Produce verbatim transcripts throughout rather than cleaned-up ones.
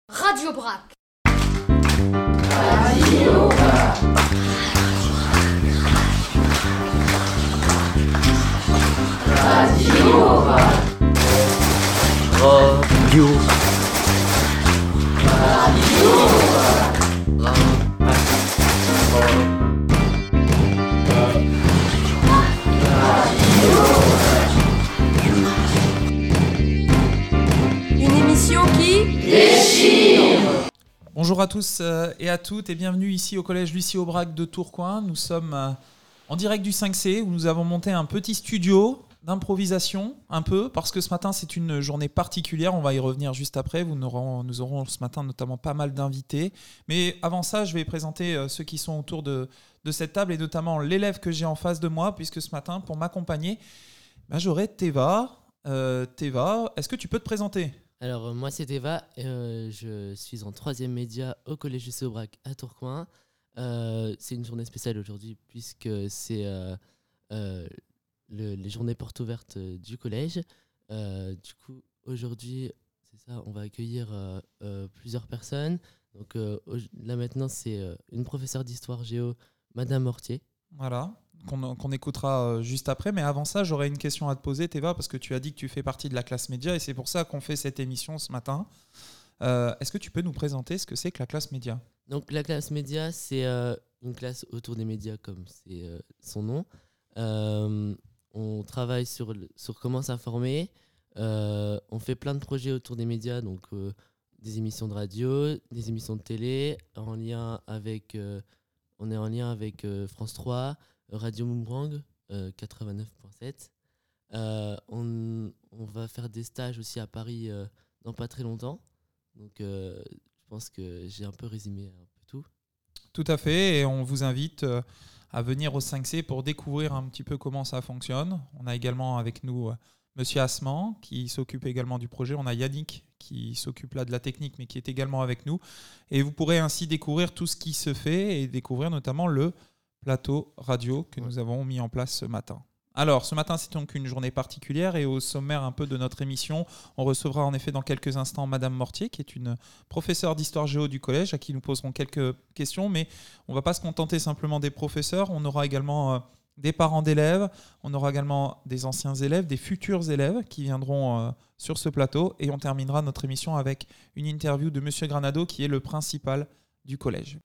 Radio Brac. Radio Brac. Radio Brac. Radio. Radio Une émission qui déchire. Bonjour à tous et à toutes et bienvenue ici au collège Lucie Aubrac de Tourcoing. Nous sommes en direct du cinq C où nous avons monté un petit studio d'improvisation un peu parce que ce matin c'est une journée particulière, on va y revenir juste après. Nous aurons, nous aurons ce matin notamment pas mal d'invités. Mais avant ça, je vais présenter ceux qui sont autour de, de cette table et notamment l'élève que j'ai en face de moi puisque ce matin pour m'accompagner, ben, j'aurai Teva. Euh, Teva, est-ce que tu peux te présenter ? Alors, euh, moi, c'est Teva. Euh, je suis en troisième média au collège Lucie Aubrac à Tourcoing. Euh, c'est une journée spéciale aujourd'hui puisque c'est euh, euh, le, les journées portes ouvertes euh, du collège. Euh, du coup, aujourd'hui, c'est ça, on va accueillir euh, euh, plusieurs personnes. Donc euh, là, maintenant, c'est euh, une professeure d'histoire géo, Madame Mortier. Voilà, qu'on, qu'on écoutera juste après. Mais avant ça, j'aurais une question à te poser, Teva, parce que tu as dit que tu fais partie de la classe média et c'est pour ça qu'on fait cette émission ce matin. Euh, est-ce que tu peux nous présenter ce que c'est que la classe média ? Donc la classe média, c'est euh, une classe autour des médias, comme c'est euh, son nom. Euh, on travaille sur, le, sur comment s'informer. Euh, on fait plein de projets autour des médias, donc euh, des émissions de radio, des émissions de télé, en lien avec... Euh, On est en lien avec euh, France trois, Radio Boomerang, euh, quatre-vingt-neuf virgule sept. Euh, on, on va faire des stages aussi à Paris euh, dans pas très longtemps. Donc, euh, je pense que j'ai un peu résumé un peu tout. Tout à fait, et on vous invite euh, à venir au cinq C pour découvrir un petit peu comment ça fonctionne. On a également avec nous euh, Monsieur Assman, qui s'occupe également du projet. On a Yannick, qui s'occupe là de la technique, mais qui est également avec nous. Et vous pourrez ainsi découvrir tout ce qui se fait et découvrir notamment le plateau radio que nous avons mis en place ce matin. Alors, ce matin, c'est donc une journée particulière et au sommaire un peu de notre émission, on recevra en effet dans quelques instants Madame Mortier, qui est une professeure d'histoire géo du collège, à qui nous poserons quelques questions. Mais on ne va pas se contenter simplement des professeurs, on aura également... Euh, des parents d'élèves, on aura également des anciens élèves, des futurs élèves qui viendront euh, sur ce plateau et on terminera notre émission avec une interview de Monsieur Granado qui est le principal du collège.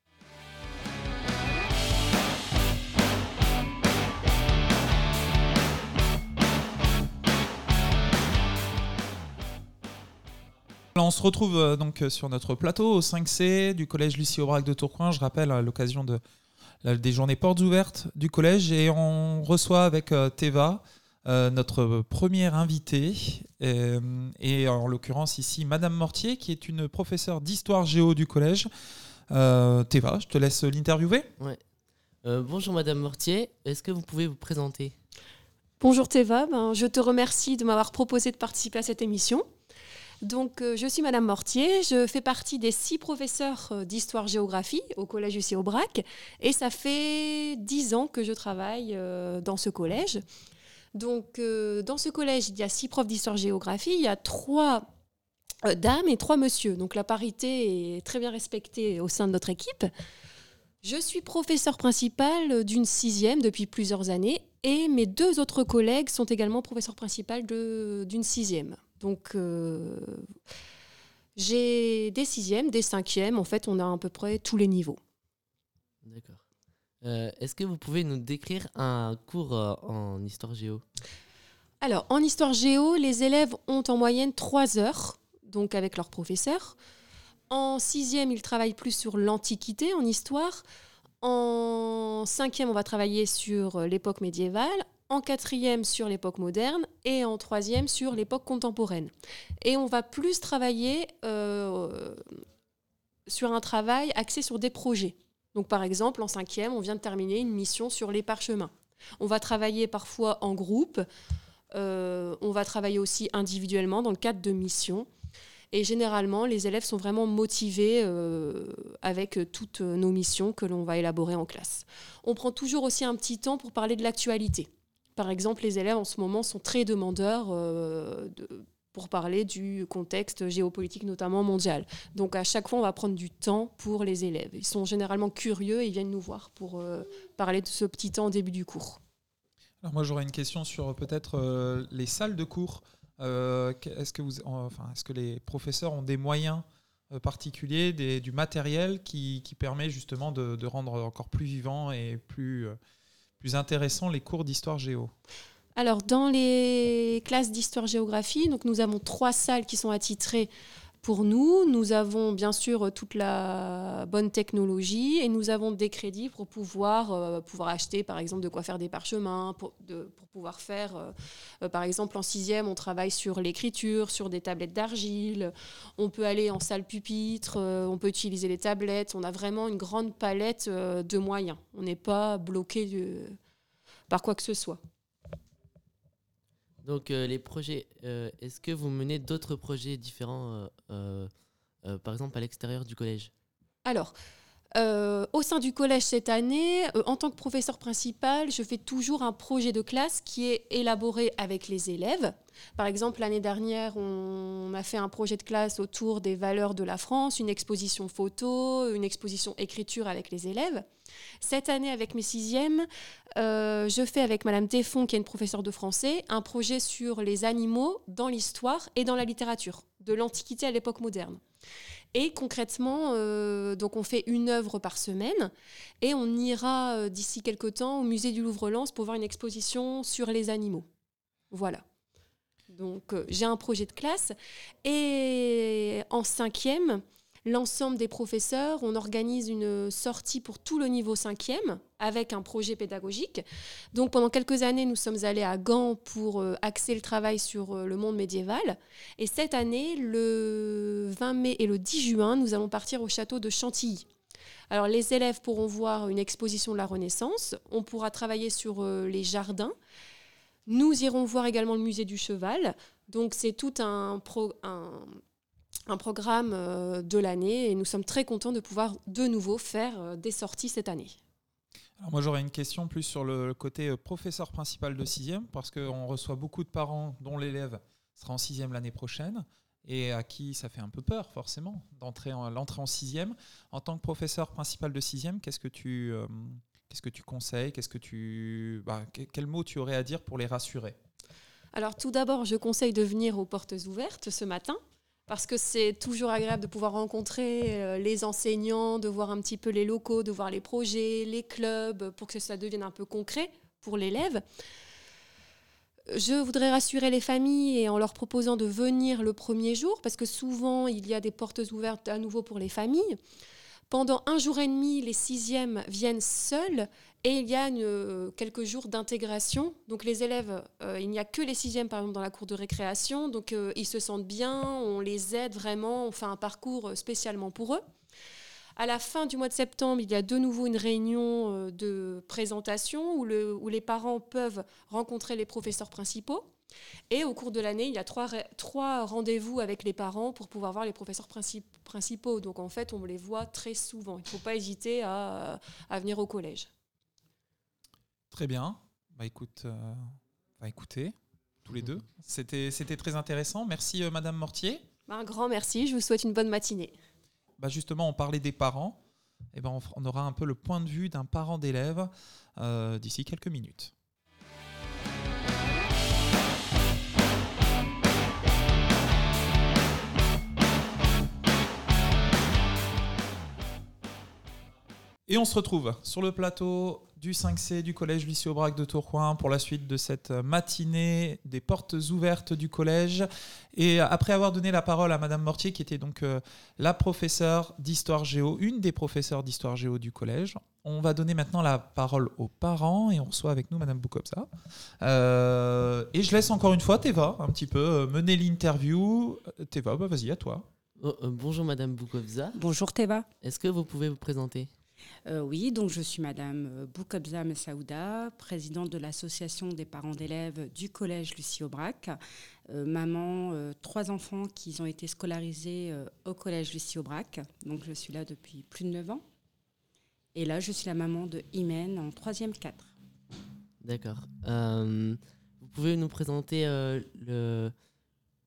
On se retrouve euh, donc sur notre plateau au cinq C du collège Lucie Aubrac de Tourcoing. Je rappelle à l'occasion de des journées portes ouvertes du collège et on reçoit avec euh, Teva euh, notre première invitée et, et en l'occurrence ici Madame Mortier qui est une professeure d'histoire géo du collège. Euh, Teva, je te laisse l'interviewer. Ouais. Euh, bonjour Madame Mortier, est-ce que vous pouvez vous présenter ? Bonjour Teva, ben, je te remercie de m'avoir proposé de participer à cette émission. Donc, euh, je suis Madame Mortier, je fais partie des six professeurs euh, d'histoire-géographie au collège Lucie Aubrac et ça fait dix ans que je travaille euh, dans ce collège. Donc, euh, dans ce collège, il y a six profs d'histoire-géographie, il y a trois euh, dames et trois messieurs. Donc, la parité est très bien respectée au sein de notre équipe. Je suis professeure principale d'une sixième depuis plusieurs années et mes deux autres collègues sont également professeurs principales de, d'une sixième. Donc, euh, j'ai des sixièmes, des cinquièmes. En fait, on a à peu près tous les niveaux. D'accord. Euh, est-ce que vous pouvez nous décrire un cours euh, en histoire géo ? Alors, en histoire géo, les élèves ont en moyenne trois heures, donc avec leur professeur. En sixième, ils travaillent plus sur l'Antiquité en histoire. En cinquième, on va travailler sur l'époque médiévale. En quatrième, sur l'époque moderne. Et en troisième, sur l'époque contemporaine. Et on va plus travailler euh, sur un travail axé sur des projets. Donc, par exemple, en cinquième, on vient de terminer une mission sur les parchemins. On va travailler parfois en groupe. Euh, on va travailler aussi individuellement dans le cadre de missions. Et généralement, les élèves sont vraiment motivés euh, avec toutes nos missions que l'on va élaborer en classe. On prend toujours aussi un petit temps pour parler de l'actualité. Par exemple, les élèves en ce moment sont très demandeurs euh, de, pour parler du contexte géopolitique, notamment mondial. Donc à chaque fois, on va prendre du temps pour les élèves. Ils sont généralement curieux et ils viennent nous voir pour euh, parler de ce petit temps au début du cours. Alors moi, j'aurais une question sur peut-être euh, les salles de cours. Euh, est-ce que vous, enfin, est-ce que les professeurs ont des moyens euh, particuliers, des, du matériel qui, qui permet justement de, de rendre encore plus vivant et plus, euh, plus intéressant les cours d'histoire-géo ? Alors, dans les classes d'histoire-géographie, donc nous avons trois salles qui sont attitrées pour nous. Nous avons bien sûr toute la bonne technologie et nous avons des crédits pour pouvoir, euh, pouvoir acheter, par exemple, de quoi faire des parchemins, pour, de, pour pouvoir faire, euh, euh, par exemple, en sixième, on travaille sur l'écriture, sur des tablettes d'argile. On peut aller en salle pupitre, euh, on peut utiliser les tablettes. On a vraiment une grande palette euh, de moyens. On n'est pas bloqué de, par quoi que ce soit. Donc euh, les projets, euh, est-ce que vous menez d'autres projets différents, euh, euh, euh, par exemple à l'extérieur du collège ? Alors, euh, au sein du collège cette année, euh, en tant que professeur principal, je fais toujours un projet de classe qui est élaboré avec les élèves. Par exemple, l'année dernière, on a fait un projet de classe autour des valeurs de la France, une exposition photo, une exposition écriture avec les élèves. Cette année, avec mes sixièmes, euh, je fais avec Madame Téfon, qui est une professeure de français, un projet sur les animaux dans l'histoire et dans la littérature, de l'Antiquité à l'époque moderne. Et concrètement, euh, donc on fait une œuvre par semaine et on ira euh, d'ici quelques temps au musée du Louvre-Lens pour voir une exposition sur les animaux. Voilà. Donc euh, j'ai un projet de classe et en cinquième, l'ensemble des professeurs, on organise une sortie pour tout le niveau cinquième avec un projet pédagogique. Donc pendant quelques années, nous sommes allés à Gand pour euh, axer le travail sur euh, le monde médiéval. Et cette année, le vingt mai et le dix juin, nous allons partir au château de Chantilly. Alors les élèves pourront voir une exposition de la Renaissance. On pourra travailler sur euh, les jardins. Nous irons voir également le musée du cheval. Donc c'est tout un... Pro, un un programme euh, de l'année et nous sommes très contents de pouvoir de nouveau faire euh, des sorties cette année. Alors moi j'aurais une question plus sur le côté euh, professeur principal de sixième parce qu'on reçoit beaucoup de parents dont l'élève sera en sixième l'année prochaine et à qui ça fait un peu peur forcément d'entrer en, l'entrée en sixième. En tant que professeur principal de sixième, qu'est-ce que tu, euh, qu'est-ce que tu conseilles, qu'est-ce que tu, bah, quel mot tu aurais à dire pour les rassurer ? Alors tout d'abord, je conseille de venir aux portes ouvertes ce matin. Parce que c'est toujours agréable de pouvoir rencontrer euh, les enseignants, de voir un petit peu les locaux, de voir les projets, les clubs, pour que ça devienne un peu concret pour l'élève. Je voudrais rassurer les familles en leur proposant de venir le premier jour, parce que souvent, il y a des portes ouvertes à nouveau pour les familles. Pendant un jour et demi, les sixièmes viennent seuls et il y a une, euh, quelques jours d'intégration. Donc les élèves, euh, il n'y a que les sixièmes par exemple dans la cour de récréation, donc euh, ils se sentent bien, on les aide vraiment, on fait un parcours spécialement pour eux. À la fin du mois de septembre, il y a de nouveau une réunion euh, de présentation où, le, où les parents peuvent rencontrer les professeurs principaux. Et au cours de l'année, il y a trois, trois rendez-vous avec les parents pour pouvoir voir les professeurs princip- principaux. Donc en fait, on les voit très souvent. Il ne faut pas hésiter à, à venir au collège. Très bien. Bah, écoute, euh, bah, écoutez, tous les deux. C'était, c'était très intéressant. Merci, euh, Madame Mortier. Un grand merci. Je vous souhaite une bonne matinée. Bah, justement, on parlait des parents. Et ben, on, on aura un peu le point de vue d'un parent d'élève euh, d'ici quelques minutes. Et on se retrouve sur le plateau du cinq C du collège Lucie Aubrac de Tourcoing pour la suite de cette matinée des portes ouvertes du collège. Et après avoir donné la parole à Madame Mortier, qui était donc euh, la professeure d'histoire géo, une des professeurs d'histoire géo du collège, on va donner maintenant la parole aux parents et on reçoit avec nous Madame Boukobza. Euh, et je laisse encore une fois Théva un petit peu mener l'interview. Théva, bah vas-y, à toi. Oh, euh, bonjour Madame Boukobza. Bonjour Théva. Est-ce que vous pouvez vous présenter ? Euh, oui, donc je suis Madame Boukobza Messaouda, présidente de l'association des parents d'élèves du collège Lucie Aubrac. Euh, maman, euh, trois enfants qui ont été scolarisés euh, au collège Lucie Aubrac. Donc je suis là depuis plus de neuf ans. Et là, je suis la maman de Imen en troisième quatre. D'accord. Euh, vous pouvez nous présenter euh, le,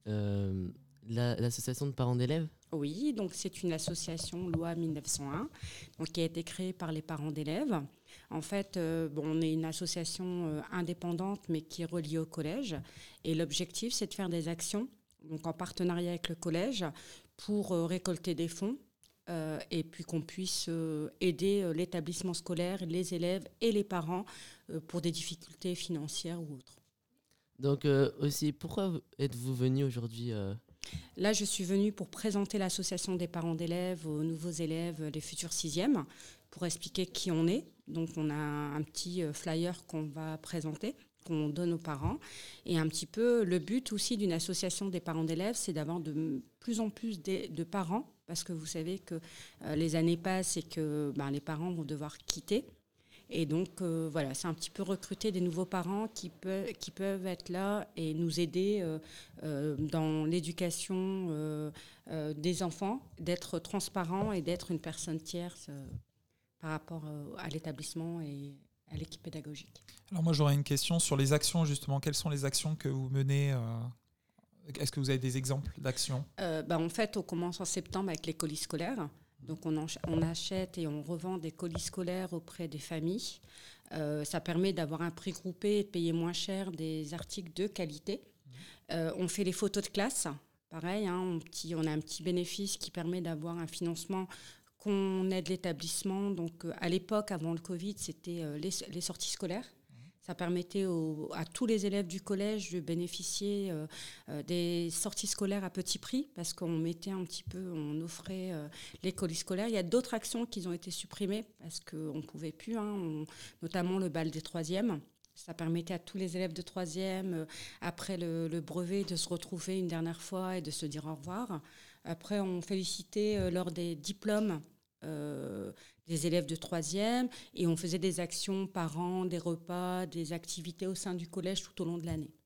euh, la, l'association de parents d'élèves. Oui, donc c'est une association loi mille neuf cent un, donc qui a été créée par les parents d'élèves. En fait, euh, bon, on est une association euh, indépendante, mais qui est reliée au collège. Et l'objectif, c'est de faire des actions, donc en partenariat avec le collège, pour euh, récolter des fonds euh, et puis qu'on puisse euh, aider euh, l'établissement scolaire, les élèves et les parents euh, pour des difficultés financières ou autres. Donc euh, aussi, pourquoi êtes-vous venu aujourd'hui euh Là, je suis venue pour présenter l'association des parents d'élèves aux nouveaux élèves, les futurs sixièmes, pour expliquer qui on est. Donc, on a un petit flyer qu'on va présenter, qu'on donne aux parents. Et un petit peu, le but aussi d'une association des parents d'élèves, c'est d'avoir de plus en plus de, de parents, parce que vous savez que euh, les années passent et que ben, les parents vont devoir quitter. Et donc, euh, voilà, c'est un petit peu recruter des nouveaux parents qui, peut, qui peuvent être là et nous aider euh, euh, dans l'éducation euh, euh, des enfants, d'être transparents et d'être une personne tierce euh, par rapport euh, à l'établissement et à l'équipe pédagogique. Alors moi, j'aurais une question sur les actions, justement. Quelles sont les actions que vous menez euh, Est-ce que vous avez des exemples d'actions euh, bah, En fait, on commence en septembre avec les colis scolaires. Donc on, en, on achète et on revend des colis scolaires auprès des familles. Euh, ça permet d'avoir un prix groupé et de payer moins cher des articles de qualité. Euh, on fait les photos de classe. Pareil, hein, on, petit, on a un petit bénéfice qui permet d'avoir un financement qu'on aide l'établissement. Donc euh, à l'époque, avant le Covid, c'était euh, les, les sorties scolaires. Ça permettait aux, à tous les élèves du collège de bénéficier euh, euh, des sorties scolaires à petit prix parce qu'on mettait un petit peu, on offrait euh, les colis scolaires. Il y a d'autres actions qui ont été supprimées parce qu'on ne pouvait plus, hein, on, notamment le bal des troisièmes. Ça permettait à tous les élèves de troisième, euh, après le, le brevet, de se retrouver une dernière fois et de se dire au revoir. Après, on félicitait euh, lors des diplômes euh, des élèves de troisième et on faisait des actions par an, des repas, des activités au sein du collège tout au long de l'année.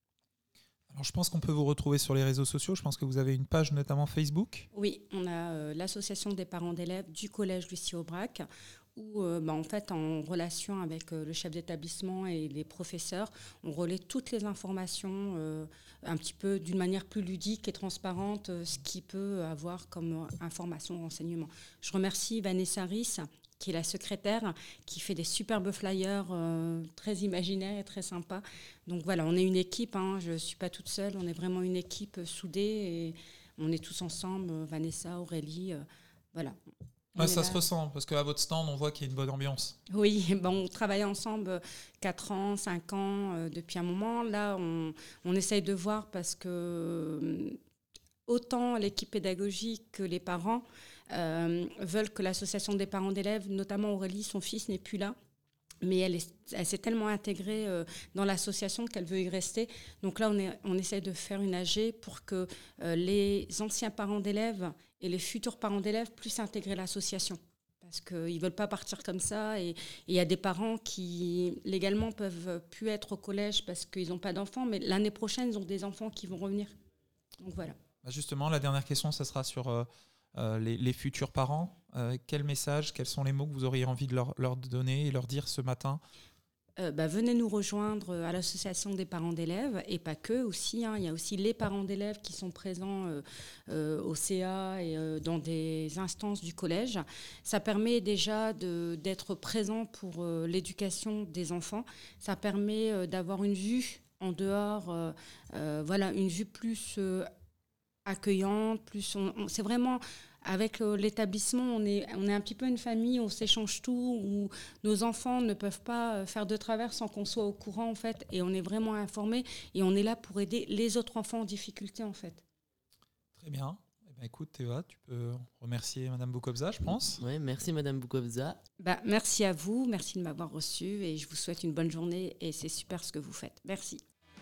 Alors, je pense qu'on peut vous retrouver sur les réseaux sociaux. Je pense que vous avez une page notamment Facebook. Oui, on a euh, l'association des parents d'élèves du collège Lucie Aubrac où, euh, bah, en fait, en relation avec euh, le chef d'établissement et les professeurs, on relaie toutes les informations euh, un petit peu d'une manière plus ludique et transparente, euh, ce qu'il peut avoir comme euh, information, renseignement. Je remercie Vanessa Riss, qui est la secrétaire, qui fait des superbes flyers euh, très imaginaires et très sympas. Donc voilà, on est une équipe, hein, je ne suis pas toute seule, on est vraiment une équipe soudée et on est tous ensemble, euh, Vanessa, Aurélie, euh, voilà. Ouais, ça se ressent, parce qu'à votre stand, on voit qu'il y a une bonne ambiance. Oui, ben on travaille ensemble quatre ans, cinq ans, euh, depuis un moment. Là, on, on essaye de voir parce que euh, autant l'équipe pédagogique que les parents euh, veulent que l'association des parents d'élèves, notamment Aurélie, son fils, n'est plus là. Mais elle, est, elle s'est tellement intégrée euh, dans l'association qu'elle veut y rester. Donc là, on, est, on essaye de faire une A G pour que euh, les anciens parents d'élèves et les futurs parents d'élèves puissent intégrer l'association. Parce qu'ils ne veulent pas partir comme ça. Et il y a des parents qui, légalement, peuvent plus être au collège parce qu'ils n'ont pas d'enfants. Mais l'année prochaine, ils ont des enfants qui vont revenir. Donc voilà. Justement, la dernière question, ça sera sur euh, euh, les, les futurs parents. Euh, quel message, quels sont les mots que vous auriez envie de leur, leur donner et leur dire ce matin ? Euh, bah, venez nous rejoindre à l'association des parents d'élèves et pas que aussi. Hein, il y a aussi les parents d'élèves qui sont présents euh, euh, au C A et euh, dans des instances du collège. Ça permet déjà de, d'être présent pour euh, l'éducation des enfants. Ça permet euh, d'avoir une vue en dehors, euh, euh, voilà, une vue plus euh, accueillante. Plus on, on, c'est vraiment... Avec l'établissement, on est, on est un petit peu une famille, on s'échange tout, où nos enfants ne peuvent pas faire de travers sans qu'on soit au courant, en fait, et on est vraiment informés, et on est là pour aider les autres enfants en difficulté, en fait. Très bien. Eh bien, écoute, Théa, tu peux remercier Madame Boukobza, je pense. Oui, merci Madame Boukobza. Bah, merci à vous, merci de m'avoir reçu, et je vous souhaite une bonne journée, et c'est super ce que vous faites. Merci.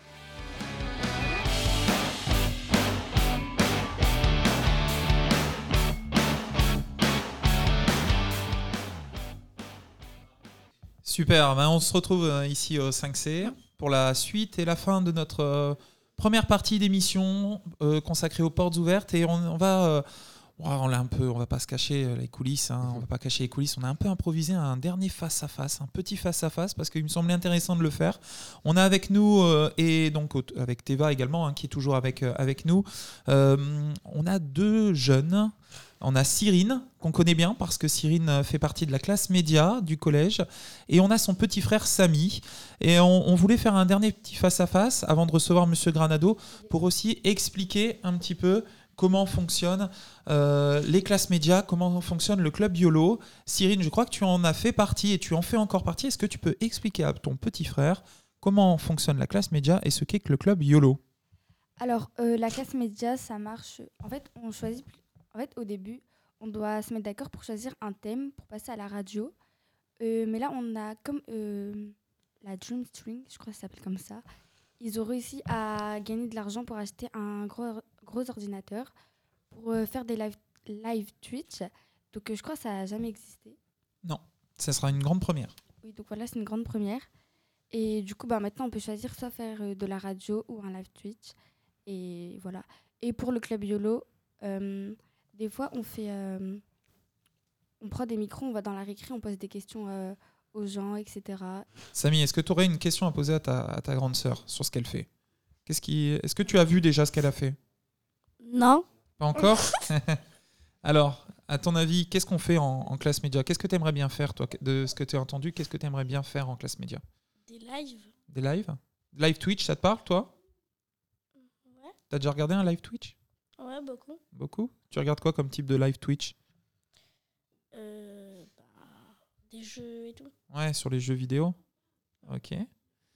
Super, ben on se retrouve ici au cinq C pour la suite et la fin de notre euh, première partie d'émission euh, consacrée aux portes ouvertes. Et on, on va, euh, Ouais, on l'a un peu, on va pas se cacher euh, les coulisses, hein, on va pas cacher les coulisses. On a un peu improvisé un dernier face à face, un petit face à face, parce qu'il me semblait intéressant de le faire. On a avec nous euh, et donc au- avec Teva également, hein, qui est toujours avec euh, avec nous. Euh, on a deux jeunes. On a Cyrine, qu'on connaît bien parce que Cyrine fait partie de la classe média du collège. Et on a son petit frère Samy. Et on, on voulait faire un dernier petit face-à-face avant de recevoir Monsieur Granado pour aussi expliquer un petit peu comment fonctionnent euh, les classes médias, comment fonctionne le club YOLO. Cyrine, je crois que tu en as fait partie et tu en fais encore partie. Est-ce que tu peux expliquer à ton petit frère comment fonctionne la classe média et ce qu'est que le club YOLO ? Alors, euh, la classe média, ça marche. En fait, on choisit. En fait, au début, on doit se mettre d'accord pour choisir un thème pour passer à la radio. Euh, mais là, on a comme euh, la Dream String, je crois que ça s'appelle comme ça. Ils ont réussi à gagner de l'argent pour acheter un gros, gros ordinateur pour euh, faire des live, live Twitch. Donc, euh, je crois que ça n'a jamais existé. Non, ça sera une grande première. Oui, donc voilà, c'est une grande première. Et du coup, bah, maintenant, on peut choisir soit faire euh, de la radio ou un live Twitch. Et voilà. Et pour le club YOLO, euh, des fois, on fait, euh, on prend des micros, on va dans la récré, on pose des questions euh, aux gens, et cetera. Samy, est-ce que tu aurais une question à poser à ta, à ta grande sœur sur ce qu'elle fait ? Qu'est-ce qui, est-ce que tu as vu déjà ce qu'elle a fait ? Non. Pas encore ? Alors, à ton avis, qu'est-ce qu'on fait en, en classe média ? Qu'est-ce que tu aimerais bien faire, toi, de ce que tu as entendu ? Qu'est-ce que tu aimerais bien faire en classe média ? Des lives. Des lives ? Live Twitch, ça te parle, toi ? Ouais. T'as déjà regardé un live Twitch ? Ouais, beaucoup. Beaucoup ? Tu regardes quoi comme type de live Twitch ? Euh, bah, des jeux et tout. Ouais, sur les jeux vidéo. Ok. Et,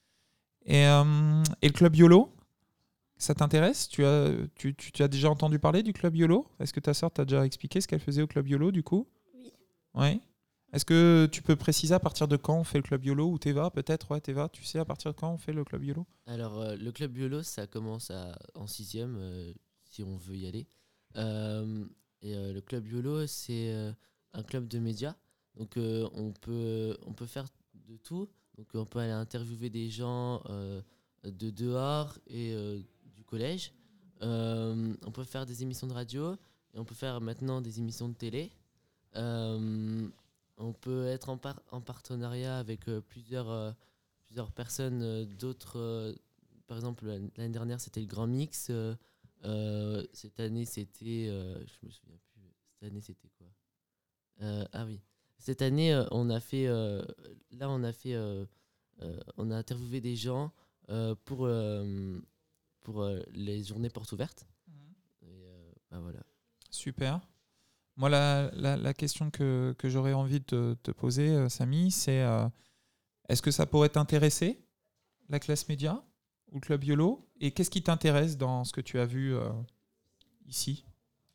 euh, et le club YOLO ? Ça t'intéresse ? tu as, tu, tu, tu as déjà entendu parler du club YOLO ? Est-ce que ta sœur t'a déjà expliqué ce qu'elle faisait au club YOLO, du coup ? Oui. Ouais. Est-ce que tu peux préciser à partir de quand on fait le club YOLO ? Ou Teva, peut-être ? Ouais, Teva, tu sais à partir de quand on fait le club YOLO ? Alors, euh, le club YOLO, ça commence à, en sixième, euh, si on veut y aller. Euh, et euh, le club YOLO, c'est euh, un club de médias. Donc, euh, on, peut, on peut faire de tout. Donc, on peut aller interviewer des gens euh, de dehors et euh, du collège. Euh, on peut faire des émissions de radio. Et on peut faire maintenant des émissions de télé. Euh, on peut être en, par- en partenariat avec euh, plusieurs, euh, plusieurs personnes euh, d'autres. Euh, par exemple, l'année l'année dernière, c'était le Grand Mix. Euh, euh, cette année, c'était. Euh, je me souviens plus. Cette année, c'était quoi Euh, Ah oui. Cette année, euh, on a fait. Euh, là, on a fait. Euh, euh, on a interviewé des gens euh, pour, euh, pour euh, les journées portes ouvertes. Et euh, bah voilà. Super. Moi, la, la, la question que, que j'aurais envie de te, te poser, euh, Samy, c'est euh, est-ce que ça pourrait t'intéresser, la classe média ou le club YOLO ? Et qu'est-ce qui t'intéresse dans ce que tu as vu euh, ici ?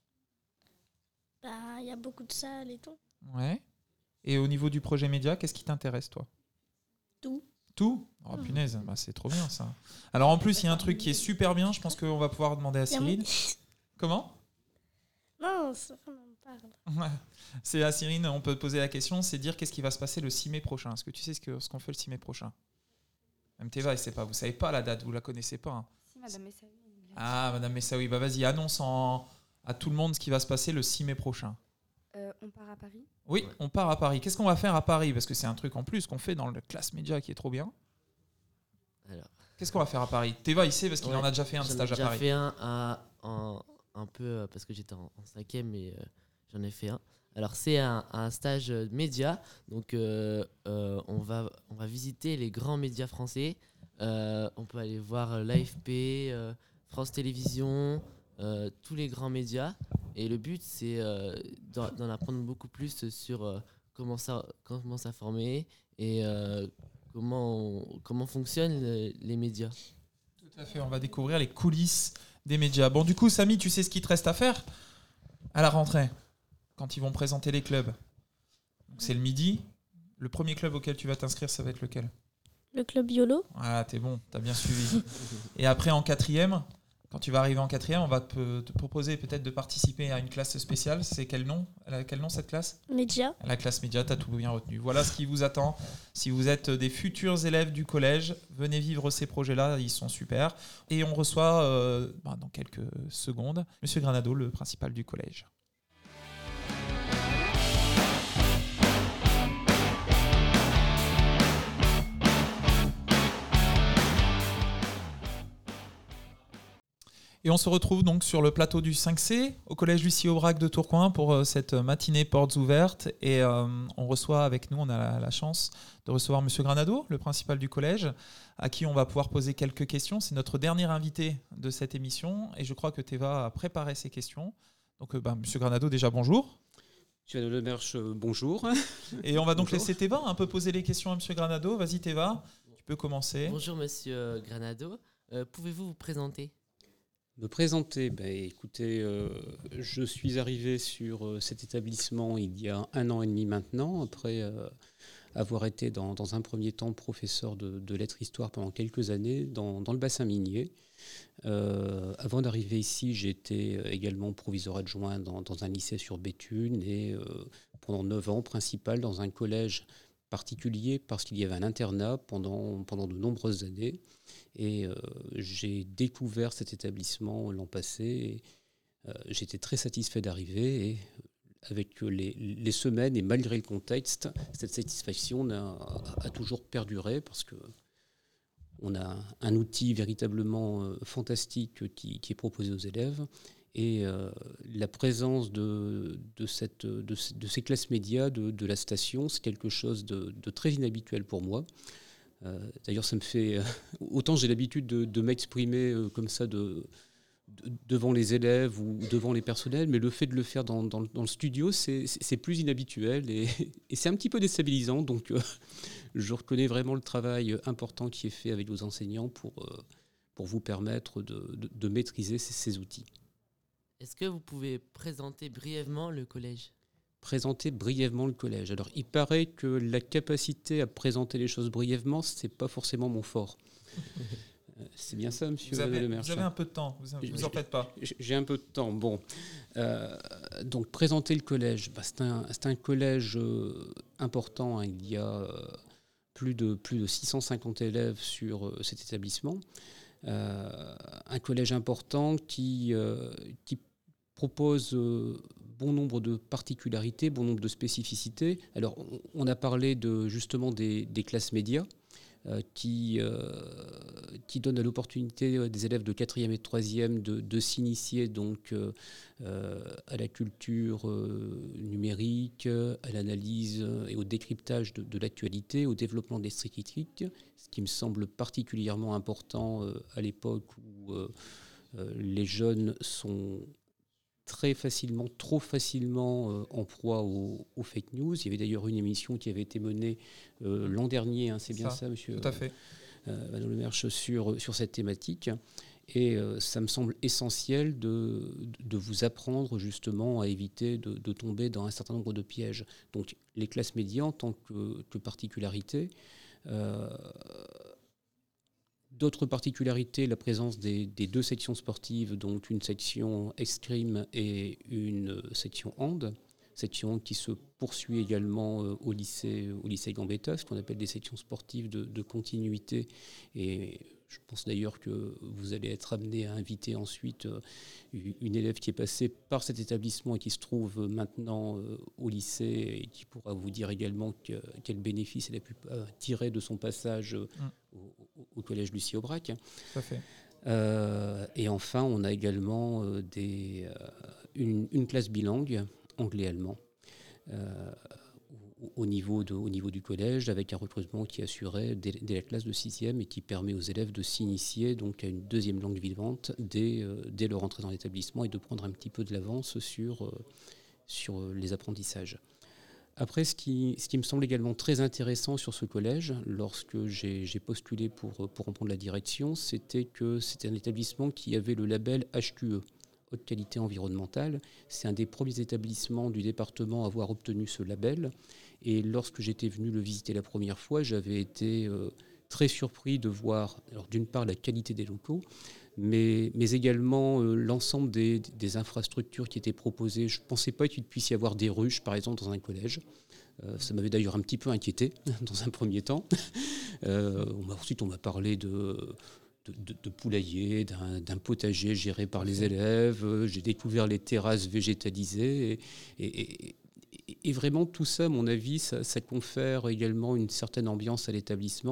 Bah, il y a beaucoup de salles et tout. Ouais. Et au niveau du projet média, qu'est-ce qui t'intéresse, toi ? Tout. Tout ? Oh punaise, bah, c'est trop bien ça. Alors en plus, il y a un truc qui est super bien, je pense qu'on va pouvoir demander à Il y a Cyrine. Comment ? Non, ça on en parle. Ouais. C'est à Cyrine, on peut poser la question, c'est dire qu'est-ce qui va se passer le six mai prochain. Est-ce que tu sais ce, que, ce qu'on fait le six mai prochain ? Même Teva, elle sait pas. Vous savez pas la date, vous la connaissez pas. Hein. Si, Madame Messaoui. Ah, Madame Messaoui, bah vas-y, annonce en, à tout le monde ce qui va se passer le six mai prochain. Euh, on part à Paris. Oui, Ouais. on part à Paris. Qu'est-ce qu'on va faire à Paris ? Parce que c'est un truc en plus qu'on fait dans le classe média qui est trop bien. Alors, Qu'est-ce qu'on va faire à Paris ? Teva, il sait parce qu'il Ouais, en a déjà fait un j'en ai stage à déjà Paris. fait un à, en, un peu euh, parce que j'étais en, en cinquième et euh, j'en ai fait un. Alors c'est un, un stage euh, média, donc euh, euh, on, va, on va visiter les grands médias français. Euh, on peut aller voir l'A F P, euh, France Télévisions, euh, tous les grands médias. Et le but c'est euh, d'en, d'en apprendre beaucoup plus sur euh, comment, ça, comment s'informer et euh, comment, on- comment fonctionnent le- les médias. Tout à fait, on va découvrir les coulisses des médias. Bon, du coup, Samy, tu sais ce qu'il te reste à faire à la rentrée, quand ils vont présenter les clubs. Donc, c'est le midi. Le premier club auquel tu vas t'inscrire, ça va être lequel ? Le club YOLO. Ah, t'es bon, t'as bien suivi. Et après, en quatrième, quand tu vas arriver en quatrième, on va te, te proposer peut-être de participer à une classe spéciale. C'est quel nom ? Elle a quel nom cette classe ? Média. La classe média, t'as tout bien retenu. Voilà ce qui vous attend. Si vous êtes des futurs élèves du collège, venez vivre ces projets-là, ils sont super. Et on reçoit, euh, bah, dans quelques secondes, Monsieur Granado, le principal du collège. Et on se retrouve donc sur le plateau du cinq C au collège Lucie Aubrac de Tourcoing pour euh, cette matinée portes ouvertes. Et euh, on reçoit avec nous, on a la, la chance de recevoir Monsieur Granado, le principal du collège, à qui on va pouvoir poser quelques questions. C'est notre dernier invité de cette émission et je crois que Théva a préparé ces questions. Donc euh, bah, Monsieur Granado, déjà bonjour. Monsieur Lemerche, euh, bonjour. Et on va donc Bonjour. laisser Théva un peu poser les questions à Monsieur Granado. Vas-y Théva, tu peux commencer. Bonjour Monsieur Granado, Euh, pouvez-vous vous présenter? Me présenter, ben, écoutez, euh, je suis arrivé sur euh, cet établissement il y a un an et demi maintenant, après euh, avoir été dans, dans un premier temps professeur de, de lettres-histoire pendant quelques années dans, dans le bassin minier. Euh, avant d'arriver ici, j'étais également proviseur adjoint dans, dans un lycée sur Béthune et euh, pendant neuf ans, principal dans un collège particulier parce qu'il y avait un internat pendant, pendant de nombreuses années. Et euh, j'ai découvert cet établissement l'an passé. Et, euh, j'étais très satisfait d'arriver. Et avec les, les semaines et malgré le contexte, cette satisfaction a, a toujours perduré parce que on a un outil véritablement euh, fantastique qui, qui est proposé aux élèves. Et euh, la présence de, de, cette, de, de ces classes médias de, de la station, c'est quelque chose de, de très inhabituel pour moi. Euh, d'ailleurs, ça me fait... Euh, autant j'ai l'habitude de, de m'exprimer euh, comme ça de, de, devant les élèves ou devant les personnels, mais le fait de le faire dans, dans, dans le studio, c'est, c'est plus inhabituel et, et c'est un petit peu déstabilisant. Donc, euh, je reconnais vraiment le travail important qui est fait avec vos enseignants pour, euh, pour vous permettre de, de, de maîtriser ces, ces outils. Est-ce que vous pouvez présenter brièvement le collège? Présenter brièvement le collège. Alors, il paraît que la capacité à présenter les choses brièvement, c'est pas forcément mon fort. euh, c'est bien ça, monsieur Vous avez, Lemerche. vous avez un peu de temps, vous ne vous en faites pas. J'ai un peu de temps. Bon, euh, donc présenter le collège. Bah, c'est un, c'est un collège euh, important. Hein. Il y a euh, plus de plus de six cent cinquante élèves sur euh, cet établissement. Euh, un collège important qui euh, qui propose euh, bon nombre de particularités, bon nombre de spécificités. Alors, on, on a parlé de, justement des, des classes médias euh, qui, euh, qui donnent à l'opportunité des élèves de quatrième et de troisième de, de s'initier donc, euh, euh, à la culture euh, numérique, à l'analyse et au décryptage de, de l'actualité, au développement des statistiques, ce qui me semble particulièrement important euh, à l'époque où euh, euh, les jeunes sont très facilement, trop facilement euh, en proie aux, aux fake news. Il y avait d'ailleurs une émission qui avait été menée euh, l'an dernier, hein, c'est bien ça, ça monsieur Tout à fait. Euh, Madame Lemerche, sur, sur cette thématique. Et euh, ça me semble essentiel de, de vous apprendre justement à éviter de, de tomber dans un certain nombre de pièges. Donc les classes médias en tant que, que particularité. Euh, D'autres particularités, la présence des, des deux sections sportives, donc une section escrime et une section hand, section qui se poursuit également euh, au lycée, au lycée Gambetta, ce qu'on appelle des sections sportives de, de continuité. Et je pense d'ailleurs que vous allez être amené à inviter ensuite euh, une élève qui est passée par cet établissement et qui se trouve maintenant euh, au lycée et qui pourra vous dire également que, quel bénéfice elle a pu euh, tirer de son passage euh, mmh. au, au collège Lucie Aubrac. Tout à fait. Euh, et enfin, on a également euh, des, euh, une, une classe bilingue, anglais-allemand, euh, au, au, niveau de, au niveau du collège, avec un recrutement qui est assuré dès, dès la classe de sixième et qui permet aux élèves de s'initier donc, à une deuxième langue vivante dès, euh, dès leur entrée dans l'établissement et de prendre un petit peu de l'avance sur, euh, sur les apprentissages. Après, ce qui, ce qui me semble également très intéressant sur ce collège, lorsque j'ai, j'ai postulé pour, pour en prendre la direction, c'était que c'était un établissement qui avait le label H Q E, Haute Qualité Environnementale. C'est un des premiers établissements du département à avoir obtenu ce label. Et lorsque j'étais venu le visiter la première fois, j'avais été euh, très surpris de voir, alors d'une part, la qualité des locaux, mais, mais également euh, l'ensemble des, des infrastructures qui étaient proposées. Je ne pensais pas qu'il puisse y avoir des ruches, par exemple, dans un collège. Euh, ça m'avait d'ailleurs un petit peu inquiété, dans un premier temps. Euh, on m'a, ensuite, on m'a parlé de... De, de, de poulailler, d'un, d'un potager géré par les élèves. J'ai découvert les terrasses végétalisées. Et, et, et, et vraiment, tout ça, à mon avis, ça, ça confère également une certaine ambiance à l'établissement.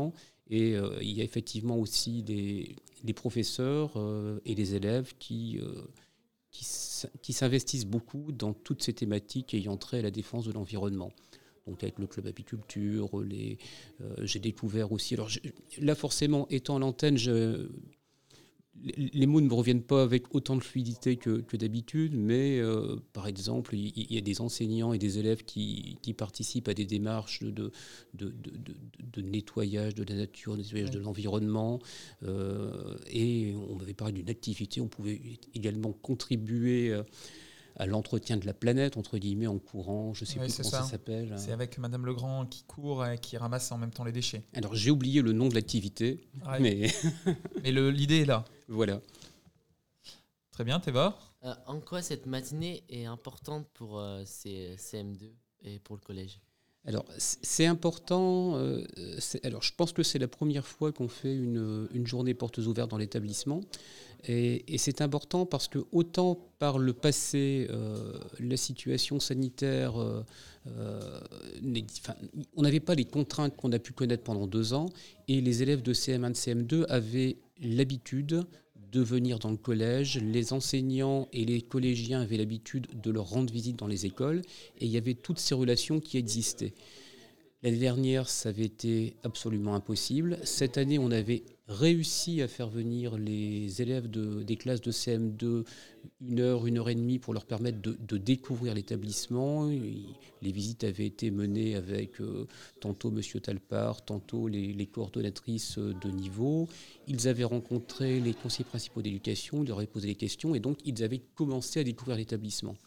Et euh, il y a effectivement aussi des, des professeurs euh, et les élèves qui, euh, qui, s- qui s'investissent beaucoup dans toutes ces thématiques ayant trait à la défense de l'environnement. Donc avec le club apiculture, les, euh, j'ai découvert aussi... Alors j'ai- là forcément, étant à l'antenne, je, les, les mots ne me reviennent pas avec autant de fluidité que, que d'habitude, mais euh, par exemple, il, il y a des enseignants et des élèves qui, qui participent à des démarches de, de, de, de, de- de nettoyage de la nature, de nettoyage Oui. de l'environnement. euh, et on m'avait parlé d'une activité, on pouvait également contribuer euh, à l'entretien de la planète, entre guillemets, en courant, je ne sais Oui, plus c'est comment ça. ça s'appelle. C'est avec Madame Legrand qui court et qui ramasse en même temps les déchets. Alors j'ai oublié le nom de l'activité, Ouais. mais Mais le- l'idée est là. voilà. Très bien, Théva. Euh, en quoi cette matinée est importante pour euh, ces C M deux et pour le collège? Alors, c- c'est important. euh, c'est- alors, je pense que c'est la première fois qu'on fait une, une journée portes ouvertes dans l'établissement. Et, et c'est important parce que, autant par le passé, euh, la situation sanitaire, euh, euh, n'est- enfin, on n'avait pas les contraintes qu'on a pu connaître pendant deux ans. Et les élèves de C M un, de C M deux avaient l'habitude de venir dans le collège. Les enseignants et les collégiens avaient l'habitude de leur rendre visite dans les écoles. Et il y avait toutes ces relations qui existaient. L'année dernière, ça avait été absolument impossible. Cette année, on avait réussi à faire venir les élèves de- des classes de C M deux une heure, une heure et demie pour leur permettre de, de découvrir l'établissement. Il- Les visites avaient été menées avec euh, tantôt M. Talpart, tantôt les, les coordonnatrices euh, de niveau. Ils avaient rencontré les conseillers principaux d'éducation, ils leur avaient posé des questions et donc ils avaient commencé à découvrir l'établissement.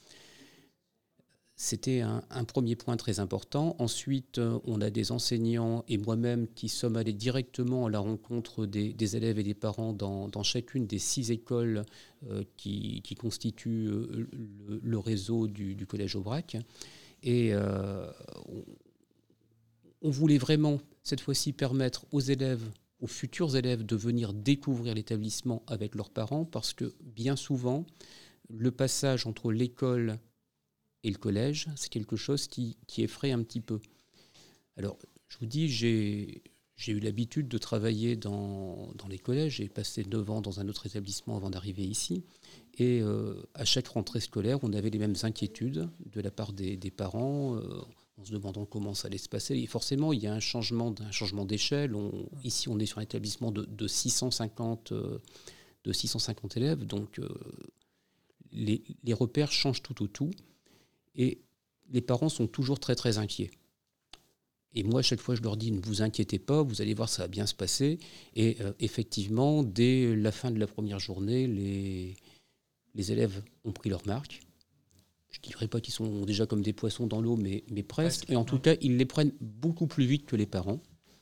C'était un, un premier point très important. Ensuite, euh, on a des enseignants et moi-même qui sommes allés directement à la rencontre des, des élèves et des parents dans, dans chacune des six écoles euh, qui, qui constituent euh, le, le réseau du, du Collège Aubrac. Et euh, on, on voulait vraiment, cette fois-ci, permettre aux élèves, aux futurs élèves, de venir découvrir l'établissement avec leurs parents, parce que bien souvent, le passage entre l'école et le collège, c'est quelque chose qui, qui effraie un petit peu. Alors, je vous dis, j'ai, j'ai eu l'habitude de travailler dans, dans les collèges. J'ai passé neuf ans dans un autre établissement avant d'arriver ici. Et euh, à chaque rentrée scolaire, on avait les mêmes inquiétudes de la part des, des parents, euh, en se demandant comment ça allait se passer. Et forcément, il y a un changement, un changement d'échelle. On, ici, on est sur un établissement de, de, six cent cinquante, euh, de six cent cinquante élèves. Donc, euh, les, les repères changent tout au tout. Et les parents sont toujours très très inquiets. Et moi, à chaque fois, je leur dis, ne vous inquiétez pas, vous allez voir, ça va bien se passer. Et euh, effectivement, dès la fin de la première journée, les, les élèves ont pris leur marque. Je ne dirais pas qu'ils sont déjà comme des poissons dans l'eau, mais, mais presque. Presque, Et en tout ouais. cas, ils les prennent beaucoup plus vite que les parents.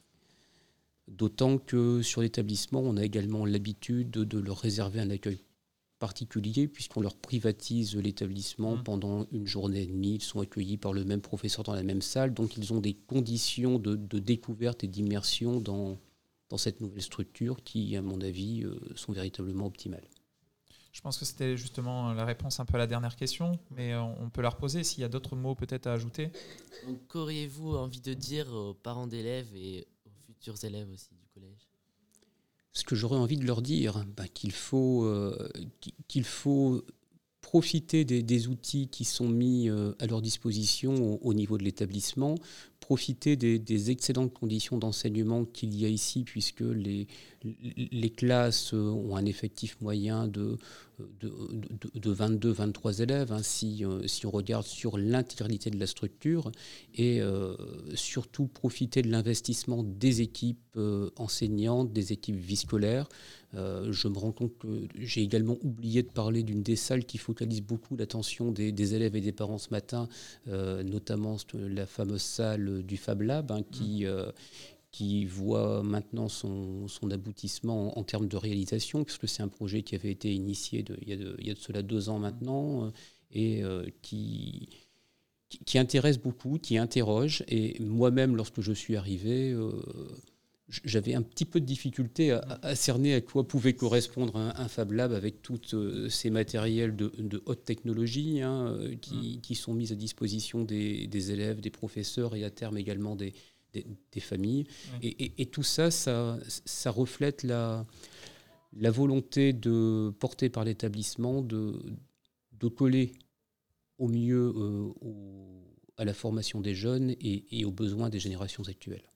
D'autant que sur l'établissement, on a également l'habitude de, de leur réserver un accueil particulier, puisqu'on leur privatise l'établissement Mmh. pendant une journée et demie. Ils sont accueillis par le même professeur dans la même salle, donc ils ont des conditions de, de découverte et d'immersion dans, dans cette nouvelle structure qui, à mon avis, euh, sont véritablement optimales. Je pense que c'était justement la réponse un peu à la dernière question, mais euh, on peut la reposer s'il y a d'autres mots peut-être à ajouter. Donc, qu'auriez-vous envie de dire aux parents d'élèves et aux futurs élèves aussi du collège? Ce que j'aurais envie de leur dire, bah, qu'il faut, euh, qu'il faut profiter des, des outils qui sont mis euh, à leur disposition au, au niveau de l'établissement, profiter des, des excellentes conditions d'enseignement qu'il y a ici, puisque les, les classes ont un effectif moyen de, de, de, de vingt-deux à vingt-trois élèves, hein, si, euh, si on regarde sur l'intégralité de la structure, et euh, surtout profiter de l'investissement des équipes euh, enseignantes, des équipes vie scolaires. Euh, je me rends compte que j'ai également oublié de parler d'une des salles qui focalise beaucoup l'attention des, des élèves et des parents ce matin, euh, notamment la fameuse salle du Fab Lab, hein, qui, euh, qui voit maintenant son, son aboutissement en, en termes de réalisation, puisque c'est un projet qui avait été initié de, il, y a de, il y a de cela deux ans maintenant, euh, et euh, qui, qui, qui intéresse beaucoup, qui interroge. Et moi-même, lorsque je suis arrivé, euh, j'avais un petit peu de difficulté à, à cerner à quoi pouvait correspondre un, un Fab Lab avec tous euh, ces matériels de, de haute technologie, hein, qui, qui sont mis à disposition des, des élèves, des professeurs et à terme également des, des, des familles. Oui. Et, et, et tout ça, ça, ça reflète la, la volonté de, portée par l'établissement de, de coller au mieux euh, au, à la formation des jeunes et, et aux besoins des générations actuelles.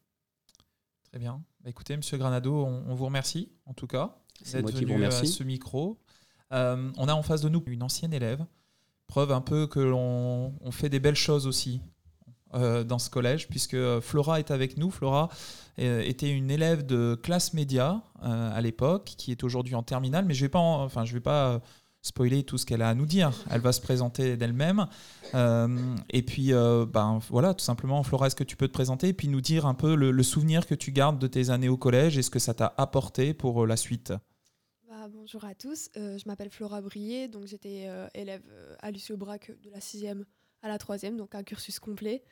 Très bien. Bah, écoutez, Monsieur Granado, on, on vous remercie en tout cas C'est d'être moi qui venu vous remercie. à ce micro. Euh, on a en face de nous une ancienne élève, preuve un peu que l'on on fait des belles choses aussi euh, dans ce collège, puisque Flora est avec nous. Flora euh, était une élève de classe média euh, à l'époque, qui est aujourd'hui en terminale, mais je ne vais pas, en- enfin, je vais pas euh, spoiler tout ce qu'elle a à nous dire. Elle va se présenter d'elle-même. Euh, et puis, euh, ben, voilà, tout simplement, Flora, est-ce que tu peux te présenter et puis nous dire un peu le, le souvenir que tu gardes de tes années au collège et ce que ça t'a apporté pour euh, la suite? Bah, bonjour à tous, Euh, je m'appelle Flora Brier, donc j'étais euh, élève euh, à Lucie Aubrac de la sixième à la troisième, donc un cursus complet.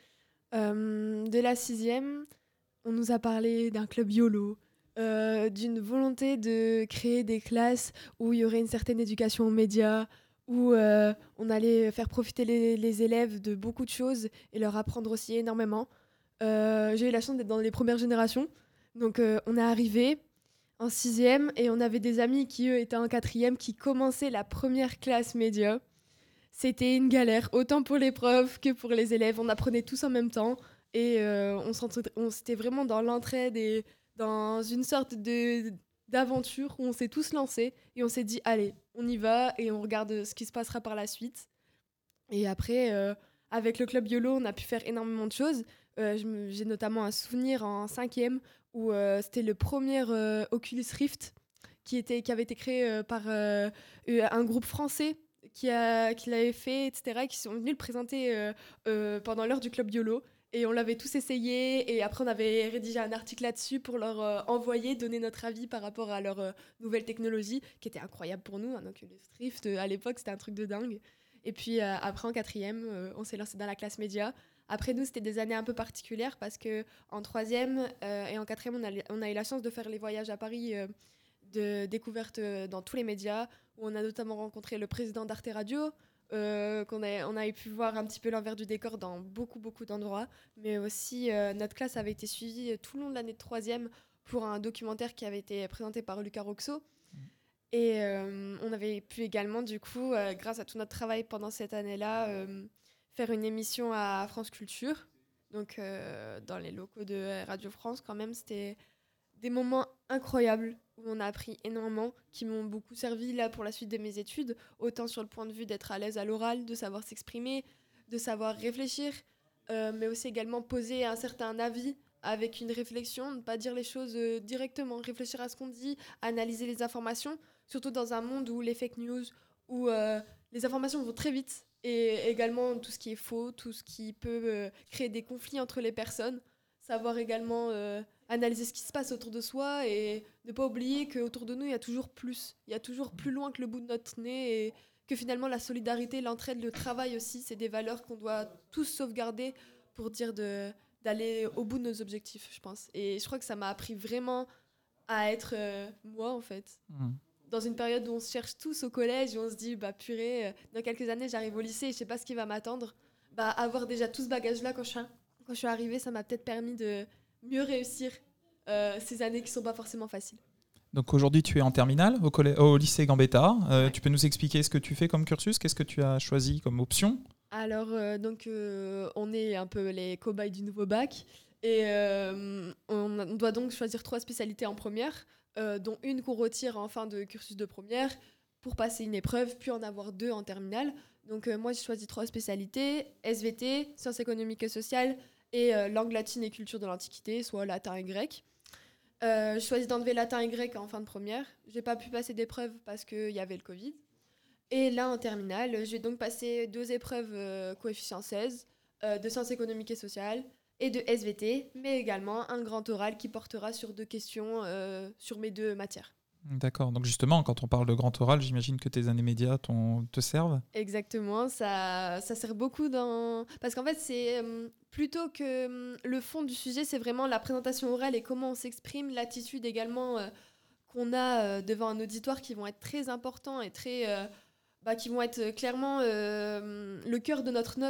Euh, de la sixième, on nous a parlé d'un club YOLO, euh, d'une volonté de créer des classes où il y aurait une certaine éducation aux médias, où euh, on allait faire profiter les, les élèves de beaucoup de choses et leur apprendre aussi énormément. Euh, j'ai eu la chance d'être dans les premières générations, donc euh, on est arrivé en sixième et on avait des amis qui, eux, étaient en quatrième, qui commençaient la première classe média. C'était une galère, autant pour les profs que pour les élèves. On apprenait tous en même temps et euh, on, s'entraide- on s'était vraiment dans l'entraide et dans une sorte de, d'aventure où on s'est tous lancés et on s'est dit, allez, on y va et on regarde ce qui se passera par la suite. Et après, euh, avec le club YOLO, on a pu faire énormément de choses. Euh, je me- j'ai notamment un souvenir en cinquième où euh, c'était le premier euh, Oculus Rift qui, était, qui avait été créé euh, par euh, euh, un groupe français qui, a, qui l'avait fait, et cetera, et qui sont venus le présenter euh, euh, pendant l'heure du club YOLO. Et on l'avait tous essayé, et après on avait rédigé un article là-dessus pour leur euh, envoyer, donner notre avis par rapport à leur euh, nouvelle technologie, qui était incroyable pour nous. Un Oculus Rift, euh, à l'époque, c'était un truc de dingue. Et puis euh, après, en quatrième, euh, on s'est lancé dans la classe média. Après, nous, c'était des années un peu particulières parce qu'en troisième euh, et en quatrième, on a, on a eu la chance de faire les voyages à Paris euh, de découverte euh, dans tous les médias, où on a notamment rencontré le président d'Arte Radio, euh, qu'on a, on avait pu voir un petit peu l'envers du décor dans beaucoup, beaucoup d'endroits. Mais aussi, euh, notre classe avait été suivie tout le long de l'année de troisième pour un documentaire qui avait été présenté par Lucas Roxo. Et euh, on avait pu également, du coup, euh, grâce à tout notre travail pendant cette année-là, euh, faire une émission à France Culture, donc euh, dans les locaux de Radio France quand même. C'était des moments incroyables où on a appris énormément, qui m'ont beaucoup servi là pour la suite de mes études, autant sur le point de vue d'être à l'aise à l'oral, de savoir s'exprimer, de savoir réfléchir, euh, mais aussi également poser un certain avis avec une réflexion, ne pas dire les choses euh, directement, réfléchir à ce qu'on dit, analyser les informations, surtout dans un monde où les fake news, où euh, les informations vont très vite, et également tout ce qui est faux, tout ce qui peut euh, créer des conflits entre les personnes, savoir également euh, analyser ce qui se passe autour de soi et ne pas oublier qu'autour de nous, il y a toujours plus, il y a toujours plus loin que le bout de notre nez, et que finalement la solidarité, l'entraide, le travail aussi, c'est des valeurs qu'on doit tous sauvegarder pour dire de, d'aller au bout de nos objectifs, je pense. Et je crois que ça m'a appris vraiment à être euh, moi, en fait. Mmh. Dans une période où on se cherche tous au collège, où on se dit, bah purée, euh, dans quelques années, j'arrive au lycée et je sais pas ce qui va m'attendre. Bah, avoir déjà tout ce bagage-là quand je suis, quand je suis arrivée, ça m'a peut-être permis de mieux réussir euh, ces années qui sont pas forcément faciles. Donc aujourd'hui, tu es en terminale au, collè- au lycée Gambetta. Euh, Ouais. Tu peux nous expliquer ce que tu fais comme cursus? Qu'est-ce que tu as choisi comme option? Alors, euh, donc, euh, on est un peu les cobayes du nouveau bac. Et euh, on, on doit donc choisir trois spécialités en première, euh, dont une qu'on retire en fin de cursus de première pour passer une épreuve, puis en avoir deux en terminale. Donc, euh, moi, j'ai choisi trois spécialités, S V T, sciences économiques et sociales, et euh, langue latine et culture de l'Antiquité, soit latin et grec. Euh, j'ai choisi d'enlever latin et grec en fin de première. J'ai pas pu passer d'épreuve parce qu'il y avait le Covid. Et là, en terminale, j'ai donc passé deux épreuves euh, coefficient seize, euh, de sciences économiques et sociales, et de S V T, mais également un grand oral qui portera sur deux questions euh, sur mes deux matières. D'accord. Donc justement, quand on parle de grand oral, j'imagine que tes années médias t'ont- te servent. Exactement, ça, ça sert beaucoup dans... Parce qu'en fait, c'est euh, plutôt que euh, le fond du sujet, c'est vraiment la présentation orale et comment on s'exprime, l'attitude également euh, qu'on a euh, devant un auditoire qui vont être très importants et très... euh, bah, qui vont être clairement euh, le cœur de notre note.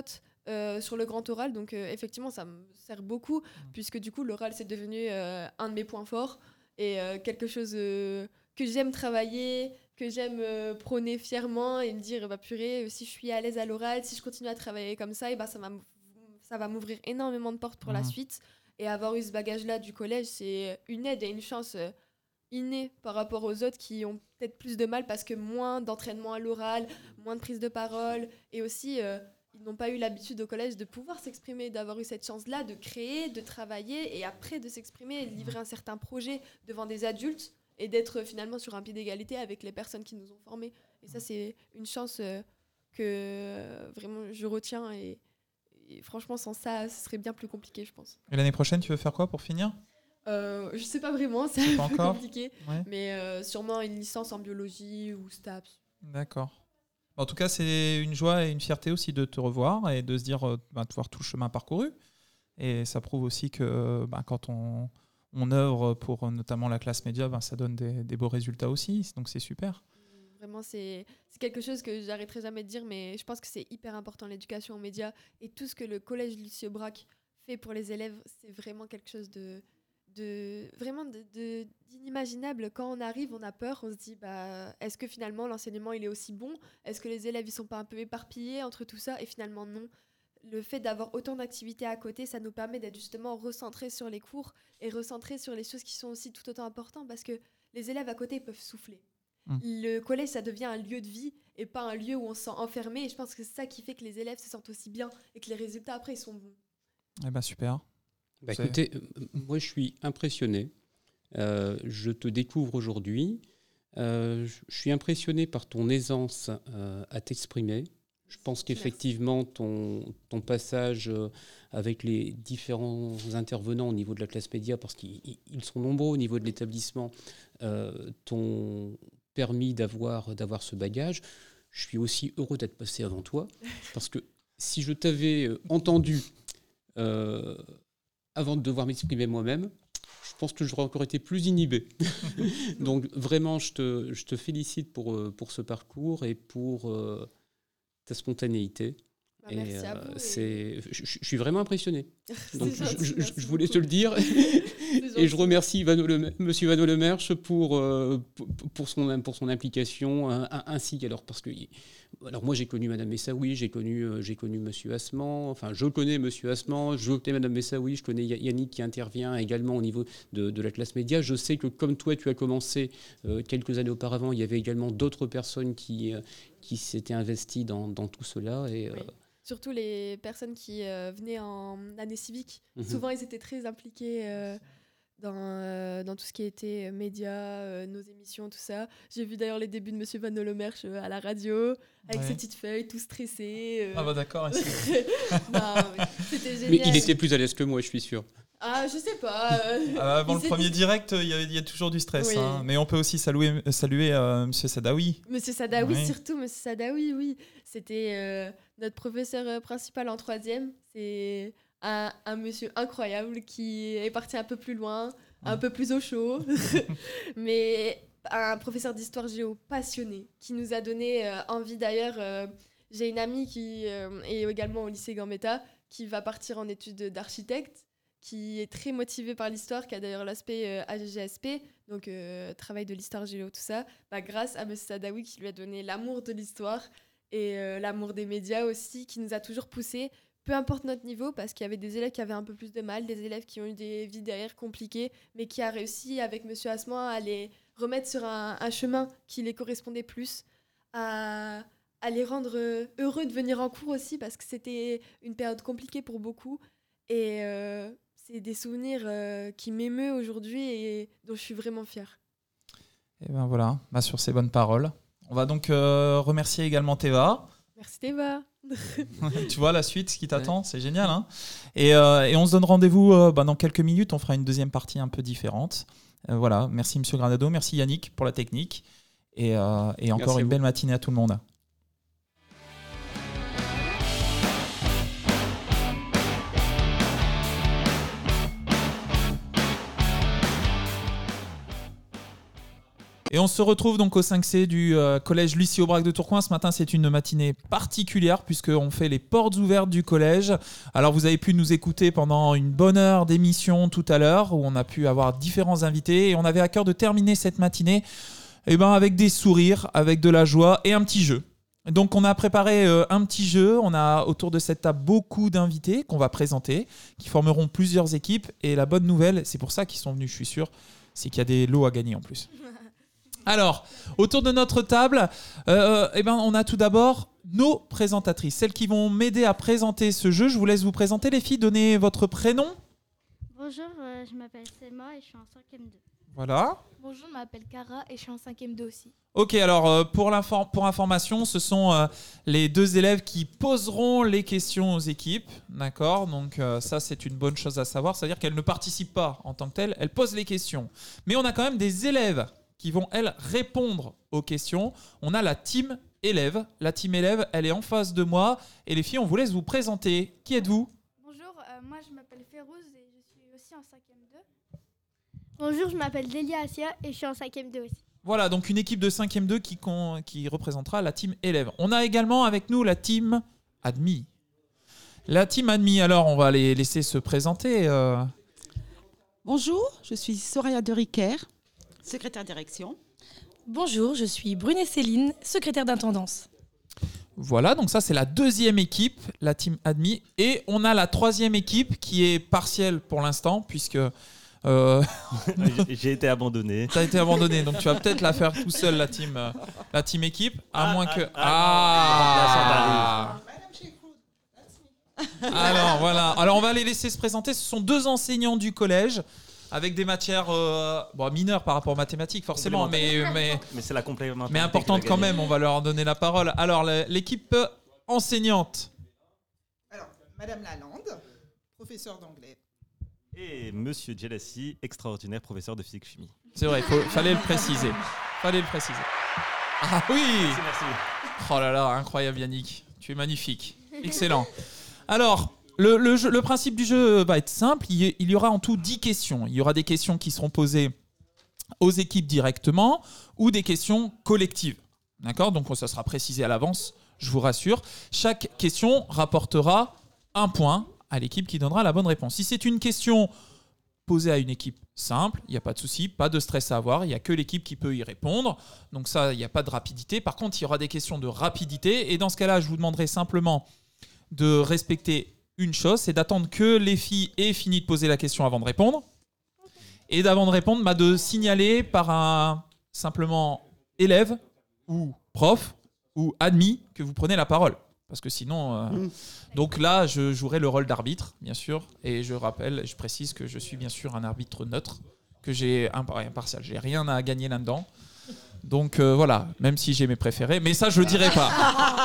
euh, sur le grand oral. Donc euh, effectivement, ça me sert beaucoup, puisque du coup, l'oral, c'est devenu euh, un de mes points forts et euh, quelque chose euh, que j'aime travailler, que j'aime euh, prôner fièrement et me dire, bah purée, si je suis à l'aise à l'oral, si je continue à travailler comme ça, et bah, ça, va m- ça va m'ouvrir énormément de portes pour Mhm. la suite. Et avoir eu ce bagage-là du collège, c'est une aide et une chance euh, innée par rapport aux autres qui ont peut-être plus de mal parce que moins d'entraînement à l'oral, moins de prise de parole, et aussi euh, ils n'ont pas eu l'habitude au collège de pouvoir s'exprimer, d'avoir eu cette chance-là de créer, de travailler et après de s'exprimer et de livrer un certain projet devant des adultes et d'être finalement sur un pied d'égalité avec les personnes qui nous ont formés. Et ça, c'est une chance euh, que euh, vraiment je retiens et, et franchement, sans ça, ce serait bien plus compliqué, je pense. Et l'année prochaine, tu veux faire quoi pour finir? Euh, je sais pas vraiment, c'est C'est un pas peu encore compliqué, Ouais. mais euh, sûrement une licence en biologie ou STAPS. D'accord. En tout cas, c'est une joie et une fierté aussi de te revoir et de se dire euh, bah, de voir tout le chemin parcouru. Et ça prouve aussi que bah, quand on, on œuvre pour euh, notamment la classe média, bah, ça donne des, des beaux résultats aussi. Donc c'est super. Vraiment, c'est c'est quelque chose que j'arrêterai jamais de dire, mais je pense que c'est hyper important, l'éducation aux médias. Et tout ce que le collège Lucie Aubrac fait pour les élèves, c'est vraiment quelque chose de, de, vraiment de, de- d'inimaginable. Quand on arrive, on a peur, on se dit, bah, est-ce que finalement l'enseignement il est aussi bon? Est-ce que les élèves ils sont pas un peu éparpillés entre tout ça? Et finalement, non. Le fait d'avoir autant d'activités à côté, ça nous permet d'être justement recentrés sur les cours et recentrés sur les choses qui sont aussi tout autant importantes parce que les élèves à côté ils peuvent souffler. Mm. Le collège, ça devient un lieu de vie et pas un lieu où on se sent enfermé. Et je pense que c'est ça qui fait que les élèves se sentent aussi bien et que les résultats après ils sont bons. Eh ben super. Bah, C'est- écoutez, euh, moi je suis impressionné. Euh, je te découvre aujourd'hui. Euh, je je suis impressionné par ton aisance euh, à t'exprimer. Je pense qu'effectivement, ton, ton passage euh, avec les différents intervenants au niveau de la classe média, parce qu'ils ils sont nombreux au niveau de l'établissement, euh, t'ont permis d'avoir, d'avoir ce bagage. Je suis aussi heureux d'être passé avant toi, parce que si je t'avais euh, entendu euh, avant de devoir m'exprimer moi-même, je pense que j'aurais encore été plus inhibé. Donc vraiment, je te, je te félicite pour, euh, pour ce parcours et pour euh, ta spontanéité. Bah, Et, merci à euh, vous et- c'est, je, je- je suis vraiment impressionné. Donc C'est je, gentil, je- merci je voulais te le beaucoup. dire. C'est Et je gentil. remercie Ivano Le, Monsieur Ivano Lemerche pour, euh, pour, pour son, pour son implication, hein, ainsi alors parce que alors moi j'ai connu Madame Messaoui, j'ai connu euh, j'ai connu Monsieur Assement, enfin je connais Monsieur Assement, je connais Madame Messaoui, je connais Yannick qui intervient également au niveau de, de la classe média. Je sais que comme toi tu as commencé euh, quelques années auparavant, il y avait également d'autres personnes qui euh, qui s'étaient investies dans, dans tout cela et euh, Oui. Surtout les personnes qui euh, venaient en année civique. Mhm. Souvent, ils étaient très impliqués euh, dans, euh, dans tout ce qui était euh, médias, euh, nos émissions, tout ça. J'ai vu d'ailleurs les débuts de Monsieur Van Lemerche euh, à la radio, avec Ouais. ses petites feuilles, tout stressé. euh. Ah bah d'accord. ici. Non, mais c'était génial. mais il était plus à l'aise que moi, je suis sûr. Ah, je sais pas. euh, Ah, avant il le s'est premier dit- direct, il y, a, il y a toujours du stress. Oui. hein. Mais on peut aussi saluer, saluer euh, Monsieur Sadawi. Monsieur Sadawi, Oui. surtout Monsieur Sadawi, oui. C'était euh, notre professeur euh, principal en troisième. C'est un, un monsieur incroyable qui est parti un peu plus loin, un Mm. peu plus au chaud. Mais un professeur d'histoire géo passionné qui nous a donné euh, envie d'ailleurs. euh, J'ai une amie qui euh, est également au lycée Gambetta qui va partir en études d'architecte, qui est très motivée par l'histoire, qui a d'ailleurs l'aspect euh, A G G S P, donc euh, travail de l'histoire géo, tout ça, bah, grâce à M. Sadawi qui lui a donné l'amour de l'histoire et euh, l'amour des médias aussi, qui nous a toujours poussés, peu importe notre niveau, parce qu'il y avait des élèves qui avaient un peu plus de mal, des élèves qui ont eu des vies derrière compliquées, mais qui a réussi avec M. Assement à les remettre sur un, un chemin qui les correspondait plus, à, à les rendre euh, heureux de venir en cours aussi, parce que c'était une période compliquée pour beaucoup. Et euh, c'est des souvenirs euh, qui m'émeut aujourd'hui et dont je suis vraiment fière. Et ben voilà, bah, sur ces bonnes paroles. On va donc euh, remercier également Théva. Merci Théva. Tu vois la suite, ce qui t'attend, c'est génial. Hein et, euh, et on se donne rendez-vous euh, bah, dans quelques minutes. On fera une deuxième partie un peu différente. Euh, voilà, merci Monsieur Granado, merci Yannick pour la technique. Et, euh, et encore Merci à une vous. belle matinée à tout le monde. Et on se retrouve donc au cinq C du euh, collège Lucie Aubrac de Tourcoing. Ce matin, c'est une matinée particulière puisqu'on fait les portes ouvertes du collège. Alors, vous avez pu nous écouter pendant une bonne heure d'émission tout à l'heure où on a pu avoir différents invités et on avait à cœur de terminer cette matinée eh ben, avec des sourires, avec de la joie et un petit jeu. Donc, on a préparé euh, un petit jeu. On a autour de cette table beaucoup d'invités qu'on va présenter, qui formeront plusieurs équipes. Et la bonne nouvelle, c'est pour ça qu'ils sont venus, je suis sûr, c'est qu'il y a des lots à gagner en plus. Alors, autour de notre table, euh, eh ben, on a tout d'abord nos présentatrices, celles qui vont m'aider à présenter ce jeu. Je vous laisse vous présenter, les filles. Donnez votre prénom. Bonjour, euh, je m'appelle Selma et je suis en cinquième deux. Voilà. Bonjour, je m'appelle Cara et je suis en cinquième deux aussi. Ok, alors euh, pour, l'infor- pour information, ce sont euh, les deux élèves qui poseront les questions aux équipes. D'accord ? Donc euh, ça, c'est une bonne chose à savoir. C'est-à-dire qu'elles ne participent pas en tant que telles, elles posent les questions. Mais on a quand même des élèves qui vont, elles, répondre aux questions. On a la team élève. La team élève, elle est en face de moi. Et les filles, on vous laisse vous présenter. Qui êtes-vous ? Bonjour, euh, moi je m'appelle Férouz et je suis aussi en cinquième deux. Bonjour, je m'appelle Delia Assia et je suis en cinquième deux aussi. Voilà, donc une équipe de cinquième deux qui, con- qui représentera la team élève. On a également avec nous la team admis. La team admis, alors on va les laisser se présenter. euh. Bonjour, je suis Soraya de Riquer, secrétaire direction. Bonjour, je suis Brune Céline, secrétaire d'intendance. Voilà, donc ça c'est la deuxième équipe, la team admis. Et on a la troisième équipe qui est partielle pour l'instant, puisque... Euh... J'ai été abandonné. Tu as été abandonné, donc tu vas peut-être la faire tout seul, la team, euh, la team équipe, à Ah, moins ah, que... ah, Ah, Alors voilà, alors on va les laisser se présenter. Ce sont deux enseignants du collège avec des matières euh, bon, mineures par rapport aux mathématiques forcément, mais, mais, mais c'est la complémentarité. mais importante quand même, on va leur donner la parole. Alors l'équipe enseignante. Alors, Madame Lalande, professeure d'anglais. Et Monsieur Djelassi, extraordinaire professeur de physique-chimie. C'est vrai, il fallait le préciser. Fallait le préciser. Ah oui. Merci, merci. Oh là là, incroyable Yannick, tu es magnifique. Excellent. Alors, le, le, jeu, le principe du jeu va être simple. Il y, il y aura en tout dix questions. Il y aura des questions qui seront posées aux équipes directement ou des questions collectives. D'accord ? Donc ça sera précisé à l'avance, je vous rassure. Chaque question rapportera un point à l'équipe qui donnera la bonne réponse. Si c'est une question posée à une équipe simple, il n'y a pas de souci, pas de stress à avoir, il n'y a que l'équipe qui peut y répondre. Donc ça, il n'y a pas de rapidité. Par contre, il y aura des questions de rapidité. Et dans ce cas-là, je vous demanderai simplement de respecter une chose, c'est d'attendre que les filles aient fini de poser la question avant de répondre. Et d'avant de répondre, bah, de signaler par un simplement élève ou prof ou admis que vous prenez la parole. Parce que sinon... Euh... Mmh. Donc là, je jouerai le rôle d'arbitre, bien sûr. Et je rappelle, je précise que je suis bien sûr un arbitre neutre, que j'ai impartial. J'ai rien à gagner là-dedans. Donc euh, voilà, même si j'ai mes préférés. Mais ça, je ne le dirai pas.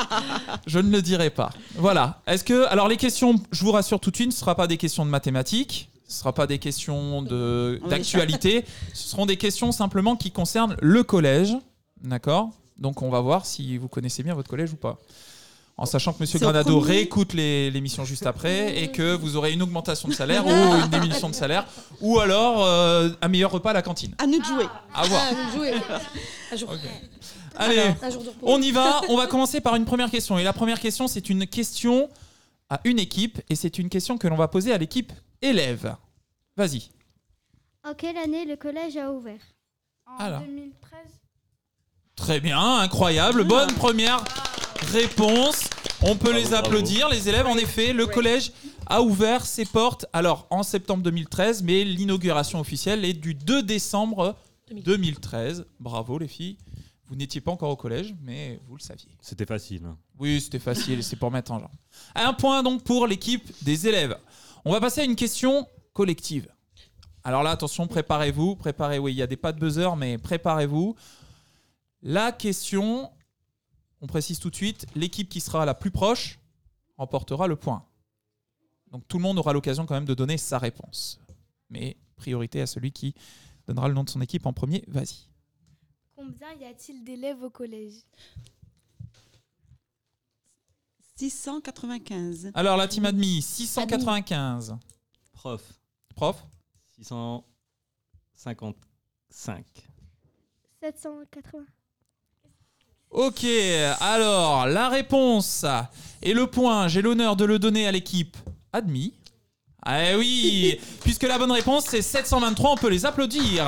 Je ne le dirai pas. Voilà. Est-ce que... Alors les questions, je vous rassure tout de suite, ce ne sera pas des questions de mathématiques. Ce ne sera pas des questions de, d'actualité. Ce seront des questions simplement qui concernent le collège. D'accord ? Donc on va voir si vous connaissez bien votre collège ou pas. En sachant que M. Granado réécoute les, l'émission juste après et que vous aurez une augmentation de salaire ou une diminution de salaire ou alors euh, un meilleur repas à la cantine. À nous de jouer. À voir. À nous de jouer. Un jour. Okay. Allez, un jour de repos. On y va. On va commencer par une première question. Et la première question, c'est une question à une équipe et c'est une question que l'on va poser à l'équipe élève. Vas-y. En quelle année le collège a ouvert ? En Alors. deux mille treize. Très bien, incroyable. Bonne première réponse. On peut les applaudir, les élèves. En effet, le collège a ouvert ses portes alors en septembre deux mille treize, mais l'inauguration officielle est du deux décembre deux mille treize. Bravo les filles. Vous n'étiez pas encore au collège, mais vous le saviez. C'était facile. Hein. Oui, c'était facile, c'est pour mettre en genre. Un point donc pour l'équipe des élèves. On va passer à une question collective. Alors là, attention, préparez-vous. Préparez, oui, il y a des pas de buzzer, mais préparez-vous. La question, on précise tout de suite, l'équipe qui sera la plus proche remportera le point. Donc tout le monde aura l'occasion quand même de donner sa réponse. Mais priorité à celui qui donnera le nom de son équipe en premier. Vas-y. Combien y a-t-il d'élèves au collège ? six cent quatre-vingt-quinze. Alors la team admis, six cent quatre-vingt-quinze. Prof. Prof. six cent cinquante-cinq. sept cent quatre-vingts. Ok, alors la réponse et le point, j'ai l'honneur de le donner à l'équipe admis. Ah oui, puisque la bonne réponse c'est sept cent vingt-trois, on peut les applaudir.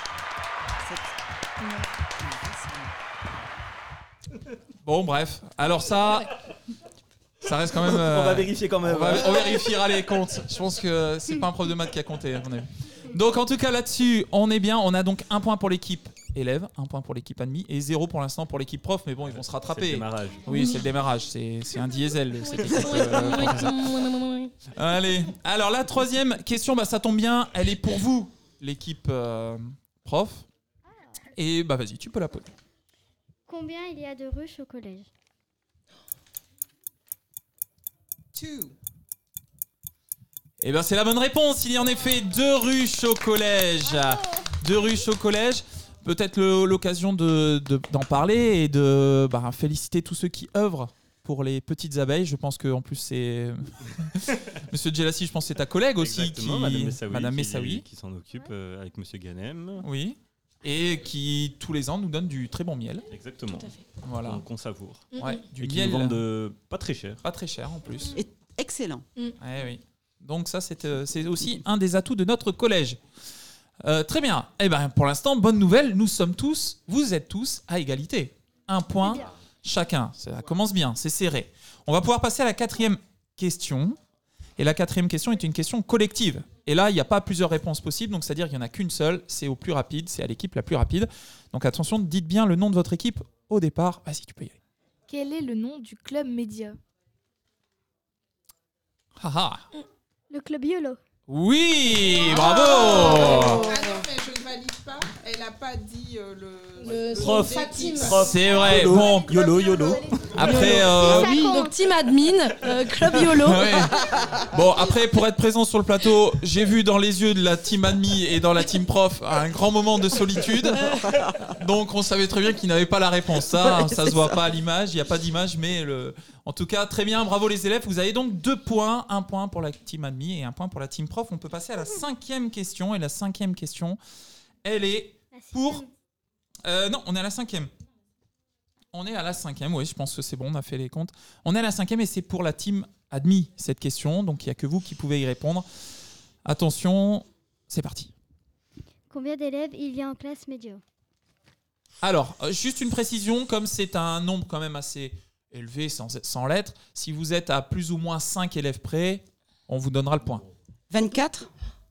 Bon bref, alors ça, ça reste quand même... euh, On va vérifier quand même. On, va- on vérifiera les comptes. Je pense que c'est pas un prof de maths qui a compté à mon avis. Donc en tout cas là-dessus, on est bien. On a donc un point pour l'équipe élève, un point pour l'équipe admis et zéro pour l'instant pour l'équipe prof. Mais bon, ils vont se rattraper. C'est le démarrage. Oui, c'est le démarrage. C'est, c'est un diesel cette équipe. euh, professeur. Allez. Alors la troisième question, bah, ça tombe bien. Elle est pour vous, l'équipe euh, prof. Et bah vas-y, tu peux la poser. Combien il y a de ruches au collège? Eh bien, c'est la bonne réponse. Il y a en effet deux ruches au collège. Deux ruches au collège. Peut-être le- l'occasion de, de- d'en parler et de bah, féliciter tous ceux qui œuvrent pour les petites abeilles. Je pense qu'en plus, c'est. Monsieur Djelassi, je pense que c'est ta collègue aussi. Exactement, qui... Madame Messaoui, Madame qui- Messaoui. qui s'en occupe euh, avec Monsieur Ganem. Oui. Et qui, tous les ans, nous donne du très bon miel. Exactement. Voilà. Qu'on, qu'on savoure. Ouais, du Et qui miel. nous vendent euh, pas très cher. Pas très cher en plus. Et excellent. Ouais, oui. Donc ça, c'est, euh, c'est aussi un des atouts de notre collège. Euh, très bien. Eh ben, pour l'instant, bonne nouvelle, nous sommes tous, vous êtes tous à égalité. Un point chacun. Ça commence bien, c'est serré. On va pouvoir passer à la quatrième question. Et la quatrième question est une question collective. Et là, il n'y a pas plusieurs réponses possibles, donc c'est-à-dire qu'il n'y en a qu'une seule. C'est au plus rapide, c'est à l'équipe la plus rapide. Donc attention, dites bien le nom de votre équipe au départ. Vas-y, tu peux y aller. Quel est le nom du club média? Ah ah. Le club YOLO. Oui, bravo. Ah non, mais je ne valide pas. Elle n'a pas dit euh, le, Le Prof. son Fatim. Prof. C'est vrai. YOLO, Bon. YOLO, YOLO. Après, euh, Ah oui, donc team admin, euh, club YOLO. Ouais. Bon, après, pour être présent sur le plateau, j'ai vu dans les yeux de la team admis et dans la team prof un grand moment de solitude. Donc, on savait très bien qu'ils n'avaient pas la réponse. Ça, Ouais, ça c'est se voit ça. pas à l'image. Il n'y a pas d'image, mais le... en tout cas, très bien. Bravo les élèves. Vous avez donc deux points. Un point pour la team admis et un point pour la team prof. On peut passer à la cinquième question. Et la cinquième question, elle est pour... Euh, non, on est à la cinquième. On est à la cinquième, oui, je pense que c'est bon, on a fait les comptes. On est à la cinquième et c'est pour la team admis, cette question. Donc, il n'y a que vous qui pouvez y répondre. Attention, c'est parti. Combien d'élèves il y a en classe média? Alors, euh, juste une précision, comme c'est un nombre quand même assez élevé, sans, sans lettres, si vous êtes à plus ou moins cinq élèves près, on vous donnera le point. vingt-quatre.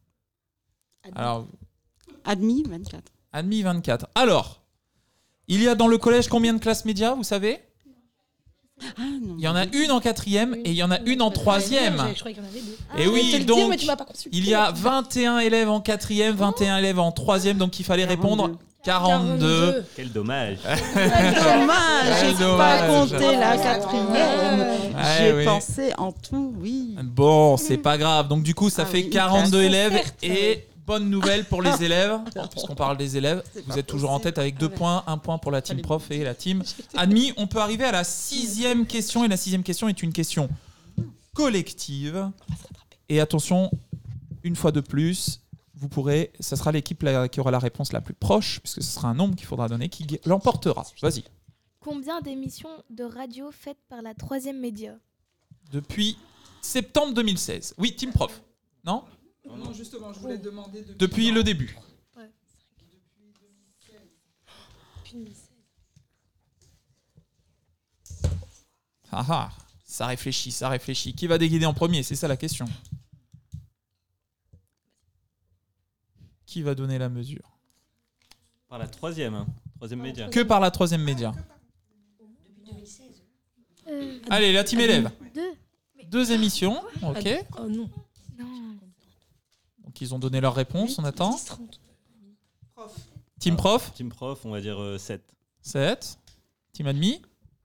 Alors, Admis, vingt-quatre. admis vingt-quatre. Alors, il y a dans le collège combien de classes médias, vous savez? Ah, non. Il y en a une en quatrième et il y en a une en troisième. Je croyais qu'il y en avait deux. Et Ah, oui, je vais te le donc dire, mais tu m'as pas consulté. il y a vingt et un élèves en quatrième, vingt et un élèves en troisième, donc il fallait répondre quarante-deux. Quel dommage. Dommage, Quel j'ai pas dommage. compté la quatrième. Ouais, J'ai oui. pensé en tout, oui. Bon, c'est pas grave. Donc du coup, ça Ah fait oui, quarante-deux classe. élèves Certes. et bonne nouvelle pour les élèves, puisqu'on parle des élèves. C'est Vous pas êtes toujours en tête avec deux ouais. points, un point pour la team prof et la team admis. On peut arriver à la sixième question et la sixième question est une question collective. Et attention, une fois de plus, vous pourrez, ça sera l'équipe la- qui aura la réponse la plus proche, puisque ce sera un nombre qu'il faudra donner qui gu- l'emportera. Vas-y. Combien d'émissions de radio faites par la troisième média? Depuis septembre deux mille seize. Oui, team prof. Non? Non, justement, je voulais demander depuis, Depuis le début. Ouais. Ah ah, ça réfléchit, ça réfléchit. Qui va déguider en premier? C'est ça la question. Qui va donner la mesure? Par la troisième. hein. Troisième média. Que par la troisième média. Euh, Allez, la team élève. deux. Deux émissions, ok. Oh non. Donc ils ont donné leur réponse, on attend. dix, trente. Team prof, Team prof, on va dire euh, sept. sept. Team admis,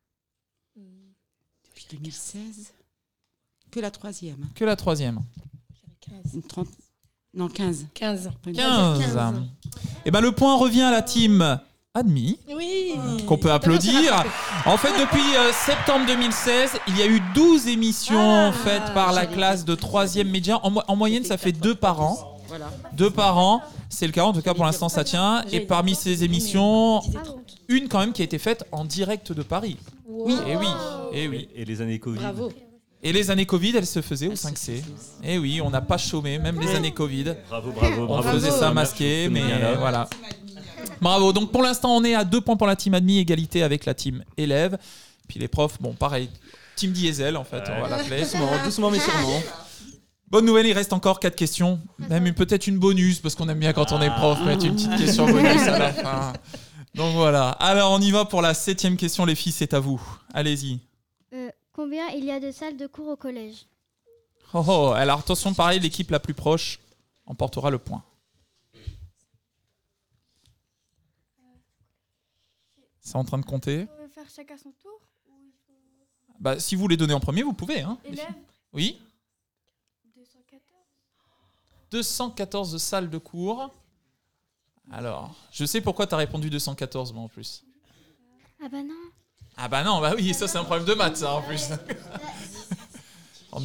Depuis deux mille seize. Que la troisième. que la troisième. Une trente... Non, quinze. quinze. quinze. Et ben le point revient à la team admis, Oui. qu'on peut applaudir. En fait, depuis euh, septembre deux mille seize, il y a eu douze émissions Ah, faites par la classe de troisième média. En, mo- en moyenne, ça fait deux par an. Voilà. Deux par an, c'est le cas. En tout cas, pour l'instant, ça tient. Et parmi ces émissions, une quand même qui a été faite en direct de Paris. Oui. Et oui, et oui. Et les années Covid. Bravo. Et les années Covid, elles se faisaient au cinq C. Et oui, on n'a pas chômé, même les années Covid. Bravo, bravo, bravo. On faisait ça masqué, mais voilà. Bravo. Donc pour l'instant, on est à deux points pour la team admis, égalité avec la team élève. Puis les profs, bon, pareil, team diesel en fait, on va l'appeler. Doucement, doucement mais sûrement. Bonne nouvelle, il reste encore quatre questions. Même une- peut-être une bonus, parce qu'on aime bien quand on est prof, mettre une petite question bonus à la fin. Donc voilà. Alors on y va pour la septième question, les filles, c'est à vous. Allez-y. Euh, combien il y a de salles de cours au collège? Oh, oh, alors attention, pareil, l'équipe la plus proche emportera le point. C'est en train de compter. On veut faire chacun son tour ou il faut... Bah, si vous les donnez en premier, vous pouvez. Hein, les Élèves filles. Oui. deux cent quatorze. deux cent quatorze salles de cours. Alors, je sais pourquoi tu as répondu deux cent quatorze, moi, en plus. Ah bah non. Ah bah non, bah oui, ça c'est un problème de maths, ça, en plus. En-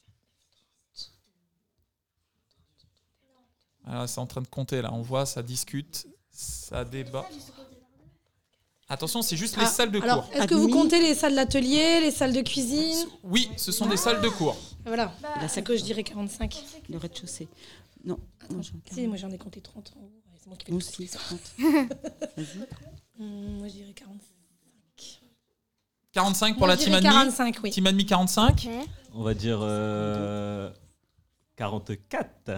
Alors, c'est en train de compter, là. On voit, ça discute, ça débat. Attention, c'est juste les Ah, salles de alors, cours. est-ce que vous comptez les salles d'atelier, les salles de cuisine? Oui, ce sont des salles de cours. Voilà. La C'est que je dirais quarante-cinq. Le rez-de-chaussée. Non. non j'en- Si, moi j'en ai compté trente en haut. Ouais, c'est moi qui fais Moi le aussi, tour. trente. Vas-y. Hum, moi je dirais quarante-cinq. quarante-cinq pour Moi, la je team dirais admis. quarante-cinq, oui. Team admis quarante-cinq. On va dire euh, quarante-quatre.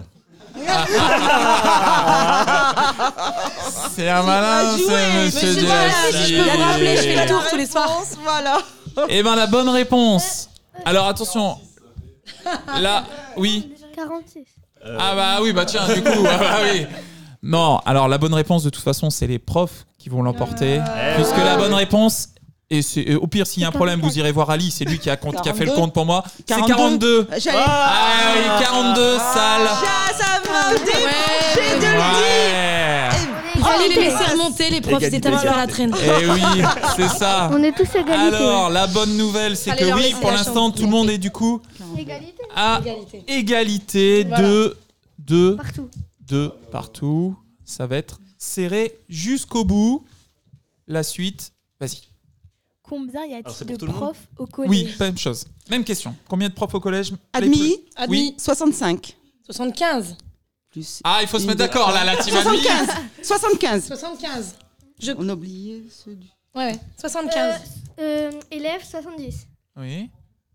C'est un malin, Bien joué, c'est monsieur Mais voilà, Jelassi. si je peux vous rappeler, je fais le tour tous les soirs. Voilà. Eh ben, la bonne réponse. Alors, attention. Là, oui. quarante-six. Ah bah oui, bah tiens, du coup, ah bah oui. Non, alors la bonne réponse, de toute façon, c'est les profs qui vont l'emporter. Puisque la bonne réponse, et c'est, et au pire, s'il y a un problème, vous irez voir Ali, c'est lui qui a, compte- qui a fait le compte pour moi. C'est quarante-deux. quarante-deux. J'allais- Ah oui, quarante-deux salles. Ah, ça m'a débouché de le Ouais. Il fallait les laisser remonter, les profs, ils étaient un peu à la traîne. Eh oui, c'est ça. On est tous égalité. Alors, la bonne nouvelle, c'est Fallait que leur oui, laisser pour la l'instant, chance. tout le monde est du coup Égalité. à Égalité. égalité Voilà. de deux Partout. deux partout. Ça va être serré jusqu'au bout. La suite, vas-y. Combien y Alors, c'est a-t-il pour de tout le monde profs au collège? Oui, même chose. Même question. Combien de profs au collège? Les Admis, plus- Admis. Oui. soixante-cinq. soixante-quinze. Plus. Ah, il faut se une mettre de- d'accord là, la team admis. soixante-quinze. soixante-quinze. soixante-quinze. Je... On a oublié ceux du. Ouais, ouais. soixante-quinze. Euh, élèves, soixante-dix. Oui.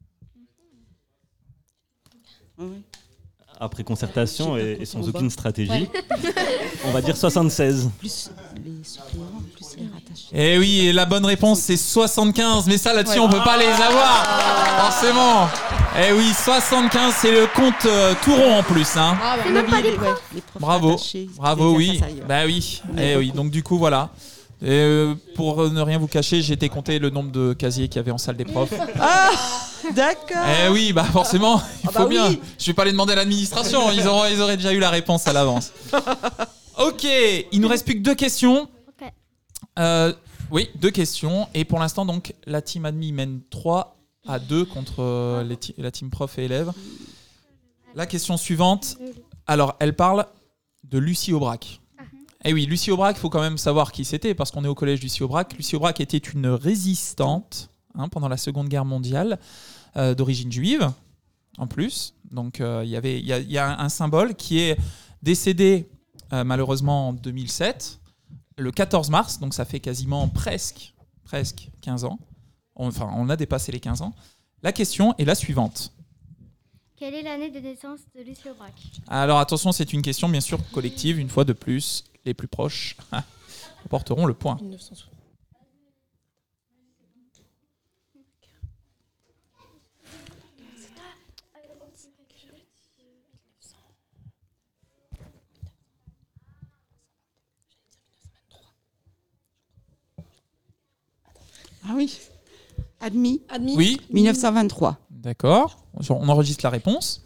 Oui. Après concertation et, et sans Combat. aucune stratégie, Ouais. on va dire soixante-seize. Plus les suppléants, plus les rattachés. Eh oui, et la bonne réponse c'est soixante-quinze. Mais ça là-dessus, on peut pas les avoir. Forcément. Eh oui, soixante-quinze, c'est le compte euh, tout rond en plus. Hein. Ah bah, On a oublié les, ouais, les profs Bravo, rattachés, bravo, les oui. classes ailleurs. Bah oui, eh oui. Donc du coup, voilà. Et, euh, pour ne rien vous cacher, j'ai été compter le nombre de casiers qu'il y avait en salle des profs. Ah, d'accord. Eh oui, bah forcément, il Ah faut bah bien. oui. Je vais pas les demander à l'administration, ils auraient, ils auraient déjà eu la réponse à l'avance. Ok, il nous reste plus que deux questions. Ok. Euh, oui, deux questions. Et pour l'instant, donc, la team admis mène trois à deux contre euh, les ti- la team prof et élèves. La question suivante, alors, elle parle de Lucie Aubrac. Eh oui, Lucie Aubrac, il faut quand même savoir qui c'était, parce qu'on est au collège Lucie Aubrac. Lucie Aubrac était une résistante hein, pendant la Seconde Guerre mondiale, euh, d'origine juive, en plus. Donc, euh, il y avait, il y a, il y a un, un symbole qui est décédé, euh, malheureusement, en deux mille sept, le quatorze mars, donc ça fait quasiment presque, presque quinze ans. On- Enfin, on a dépassé les quinze ans. La question est la suivante. Quelle est l'année de naissance de Lucie Aubrac? Alors attention, c'est une question bien sûr collective, une fois de plus. Les plus proches porteront le point. mille neuf cent soixante. Ah oui. Admis. Admis. Oui. mille neuf cent vingt-trois. D'accord. On enregistre la réponse.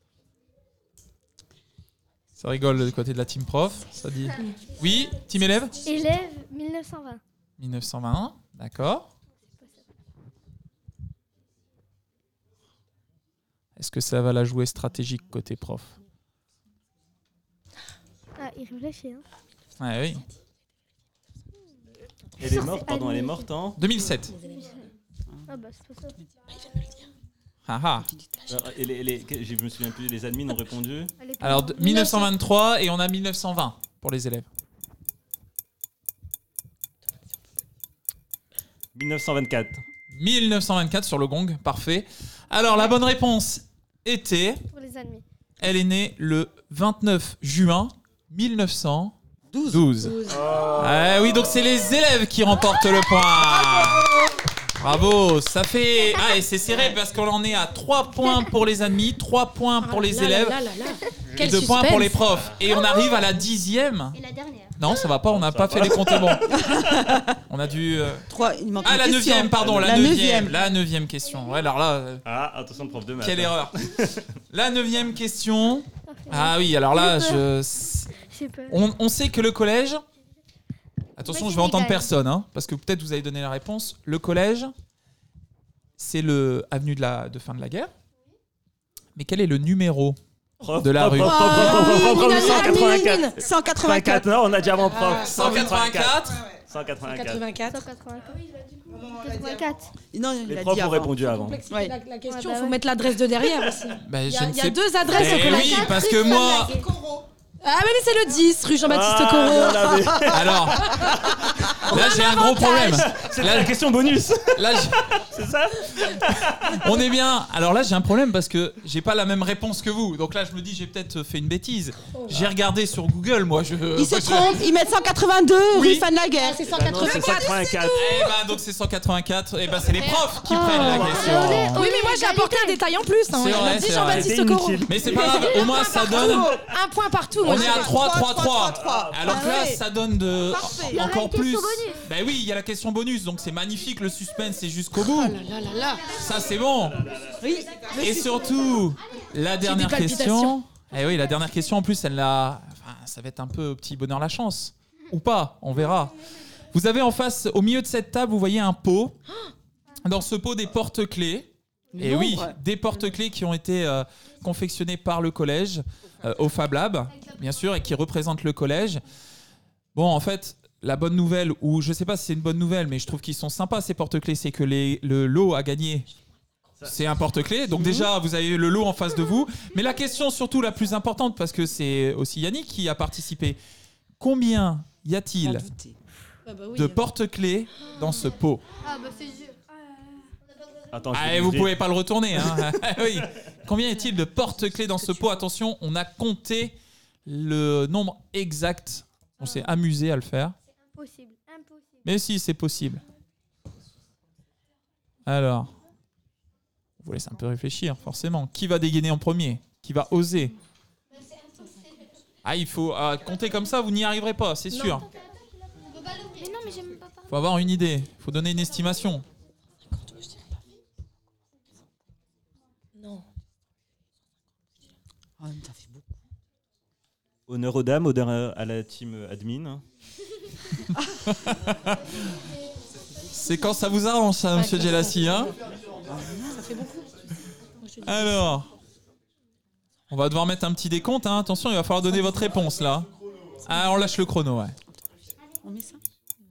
Ça rigole du côté de la team prof. Ça dit. Oui. Team élève. Élèves, mille neuf cent vingt. mille neuf cent vingt. D'accord. Est-ce que ça va la jouer stratégique côté prof? il réfléchit. Hein. Ouais, oui. Elle est morte, pardon, elle est morte en deux mille sept. Ah bah c'est pas ça. Ah ah. Alors, et les, les, je me souviens plus, les admins ont répondu. Alors, de- mille neuf cent vingt-trois et on a mille neuf cent vingt pour les élèves. mille neuf cent vingt-quatre. mille neuf cent vingt-quatre sur le gong, parfait. Alors, la bonne réponse était... Pour les admis. Elle est née le vingt-neuf juin mille neuf cent douze. Ah oui, donc c'est les élèves qui remportent le point. Bravo, ça fait... Ah, et c'est serré parce qu'on en est à trois points pour les admis, trois points pour les là là élèves là là là. et Quel deux points pour suspense. les profs. Et on arrive à la dixième. Et la dernière. Non, ça va pas, on n'a pas fait les comptes bons. On a dû... euh, Trois, il manque Ah, une la question. neuvième, pardon, la La neuvième. neuvième. La neuvième question. Ouais, alors là... euh, Ah, attention, le prof de maths. Quelle hein. erreur. La neuvième question. Ah oui, alors là, je... J'ai peur. On, on sait que le collège... Attention, Moi, je vais je entendre rigole. personne, hein, parce que peut-être vous allez donner la réponse. Le collège, c'est le avenue de, la, de fin de la guerre. Mais quel est le numéro Prof, de la prof, rue prof, prof, prof, prof, prof, prof, cent quatre-vingt-quatre. cent quatre-vingt-quatre. Non, on a déjà avant prof. cent quatre-vingt-quatre. cent quatre-vingt-quatre. quatre-vingt-quatre. cent quatre-vingt-quatre. Non, il Les a profs dit ont avant. répondu avant. Complexité Ouais. la, la question, il Ouais, bah faut ouais. mettre l'adresse de derrière aussi. Ben, Il y je a, ne il y a sais- deux adresses au Eh collège. oui, parce que moi... Ah mais c'est le dix, rue Jean-Baptiste Ah, Corot. non, mais- Alors, là j'ai un gros problème. C'est Là, la question bonus. là, j'ai- C'est ça? on est bien. Alors là, j'ai un problème parce que j'ai pas la même réponse que vous. Donc là, je me dis, j'ai peut-être fait une bêtise. J'ai regardé sur Google, moi. Je, Ils se je- trompent, ils mettent cent quatre-vingt-deux Oui. rue fin de la guerre. C'est Ah non, c'est cent quatre-vingt-quatre. Eh ben, donc c'est cent quatre-vingt-quatre. Eh ben, c'est les profs qui prennent la question. Oui mais moi j'ai apporté un détail en plus. Hein. C'est On vrai, a dit c'est vrai. Jean-Baptiste C'était Corot. inutile. Mais c'est pas grave. Au moins, ça donne. Un point partout. moi, On est je à dirais. trois trois trois. trois. Alors que là, Ah ouais. ça donne de Parfait. Il y aura encore une question plus. bonus. Ben oui, il y a la question bonus. Donc c'est magnifique. Le suspense, c'est jusqu'au bout. Là là là. Ça, c'est bon. Et surtout, la dernière des question. palpitations. Eh oui, la dernière question, en plus, elle l'a. Enfin, ça va être un peu au petit bonheur la chance. Ou pas, on verra. Vous avez en face, au milieu de cette table, vous voyez un pot. Dans ce pot, des porte-clés. Et Nombre. oui, des porte-clés qui ont été euh, confectionnés par le collège euh, au Fab Lab, bien sûr, et qui représentent le collège. Bon, en fait, la bonne nouvelle, ou je sais pas si c'est une bonne nouvelle, mais je trouve qu'ils sont sympas ces porte-clés, c'est que les, le lot à gagner, c'est un porte-clés. Donc déjà, vous avez le lot en face de vous. Mais la question surtout la plus importante, parce que c'est aussi Yannick qui a participé, combien y a-t-il Ah bah oui. de porte-clés dans ce pot? Ah bah c'est dur. Attends, je Ah, vais et vous bouger. pouvez pas le retourner. Hein. Oui. Combien y a-t-il de porte-clés dans ce pot? Attention, on a compté le nombre exact. On s'est amusé à le faire. Impossible, impossible. Mais si, c'est possible. Alors, vous laissez un peu réfléchir, forcément. Qui va dégainer en premier? Qui va oser? Ah, il faut ah, compter comme ça, vous n'y arriverez pas, c'est sûr. Mais non, mais j'aime pas. Il faut avoir une idée. Il faut donner une estimation. Non. Oh, ça fait beaucoup. Honneur aux dames, honneur à la team admin. C'est quand ça vous arrange, ça, monsieur Gelassi, hein? Ça fait beaucoup. Alors, on va devoir mettre un petit décompte. Hein. Attention, il va falloir donner votre réponse là. Ah, on lâche le chrono, ouais. On met ça De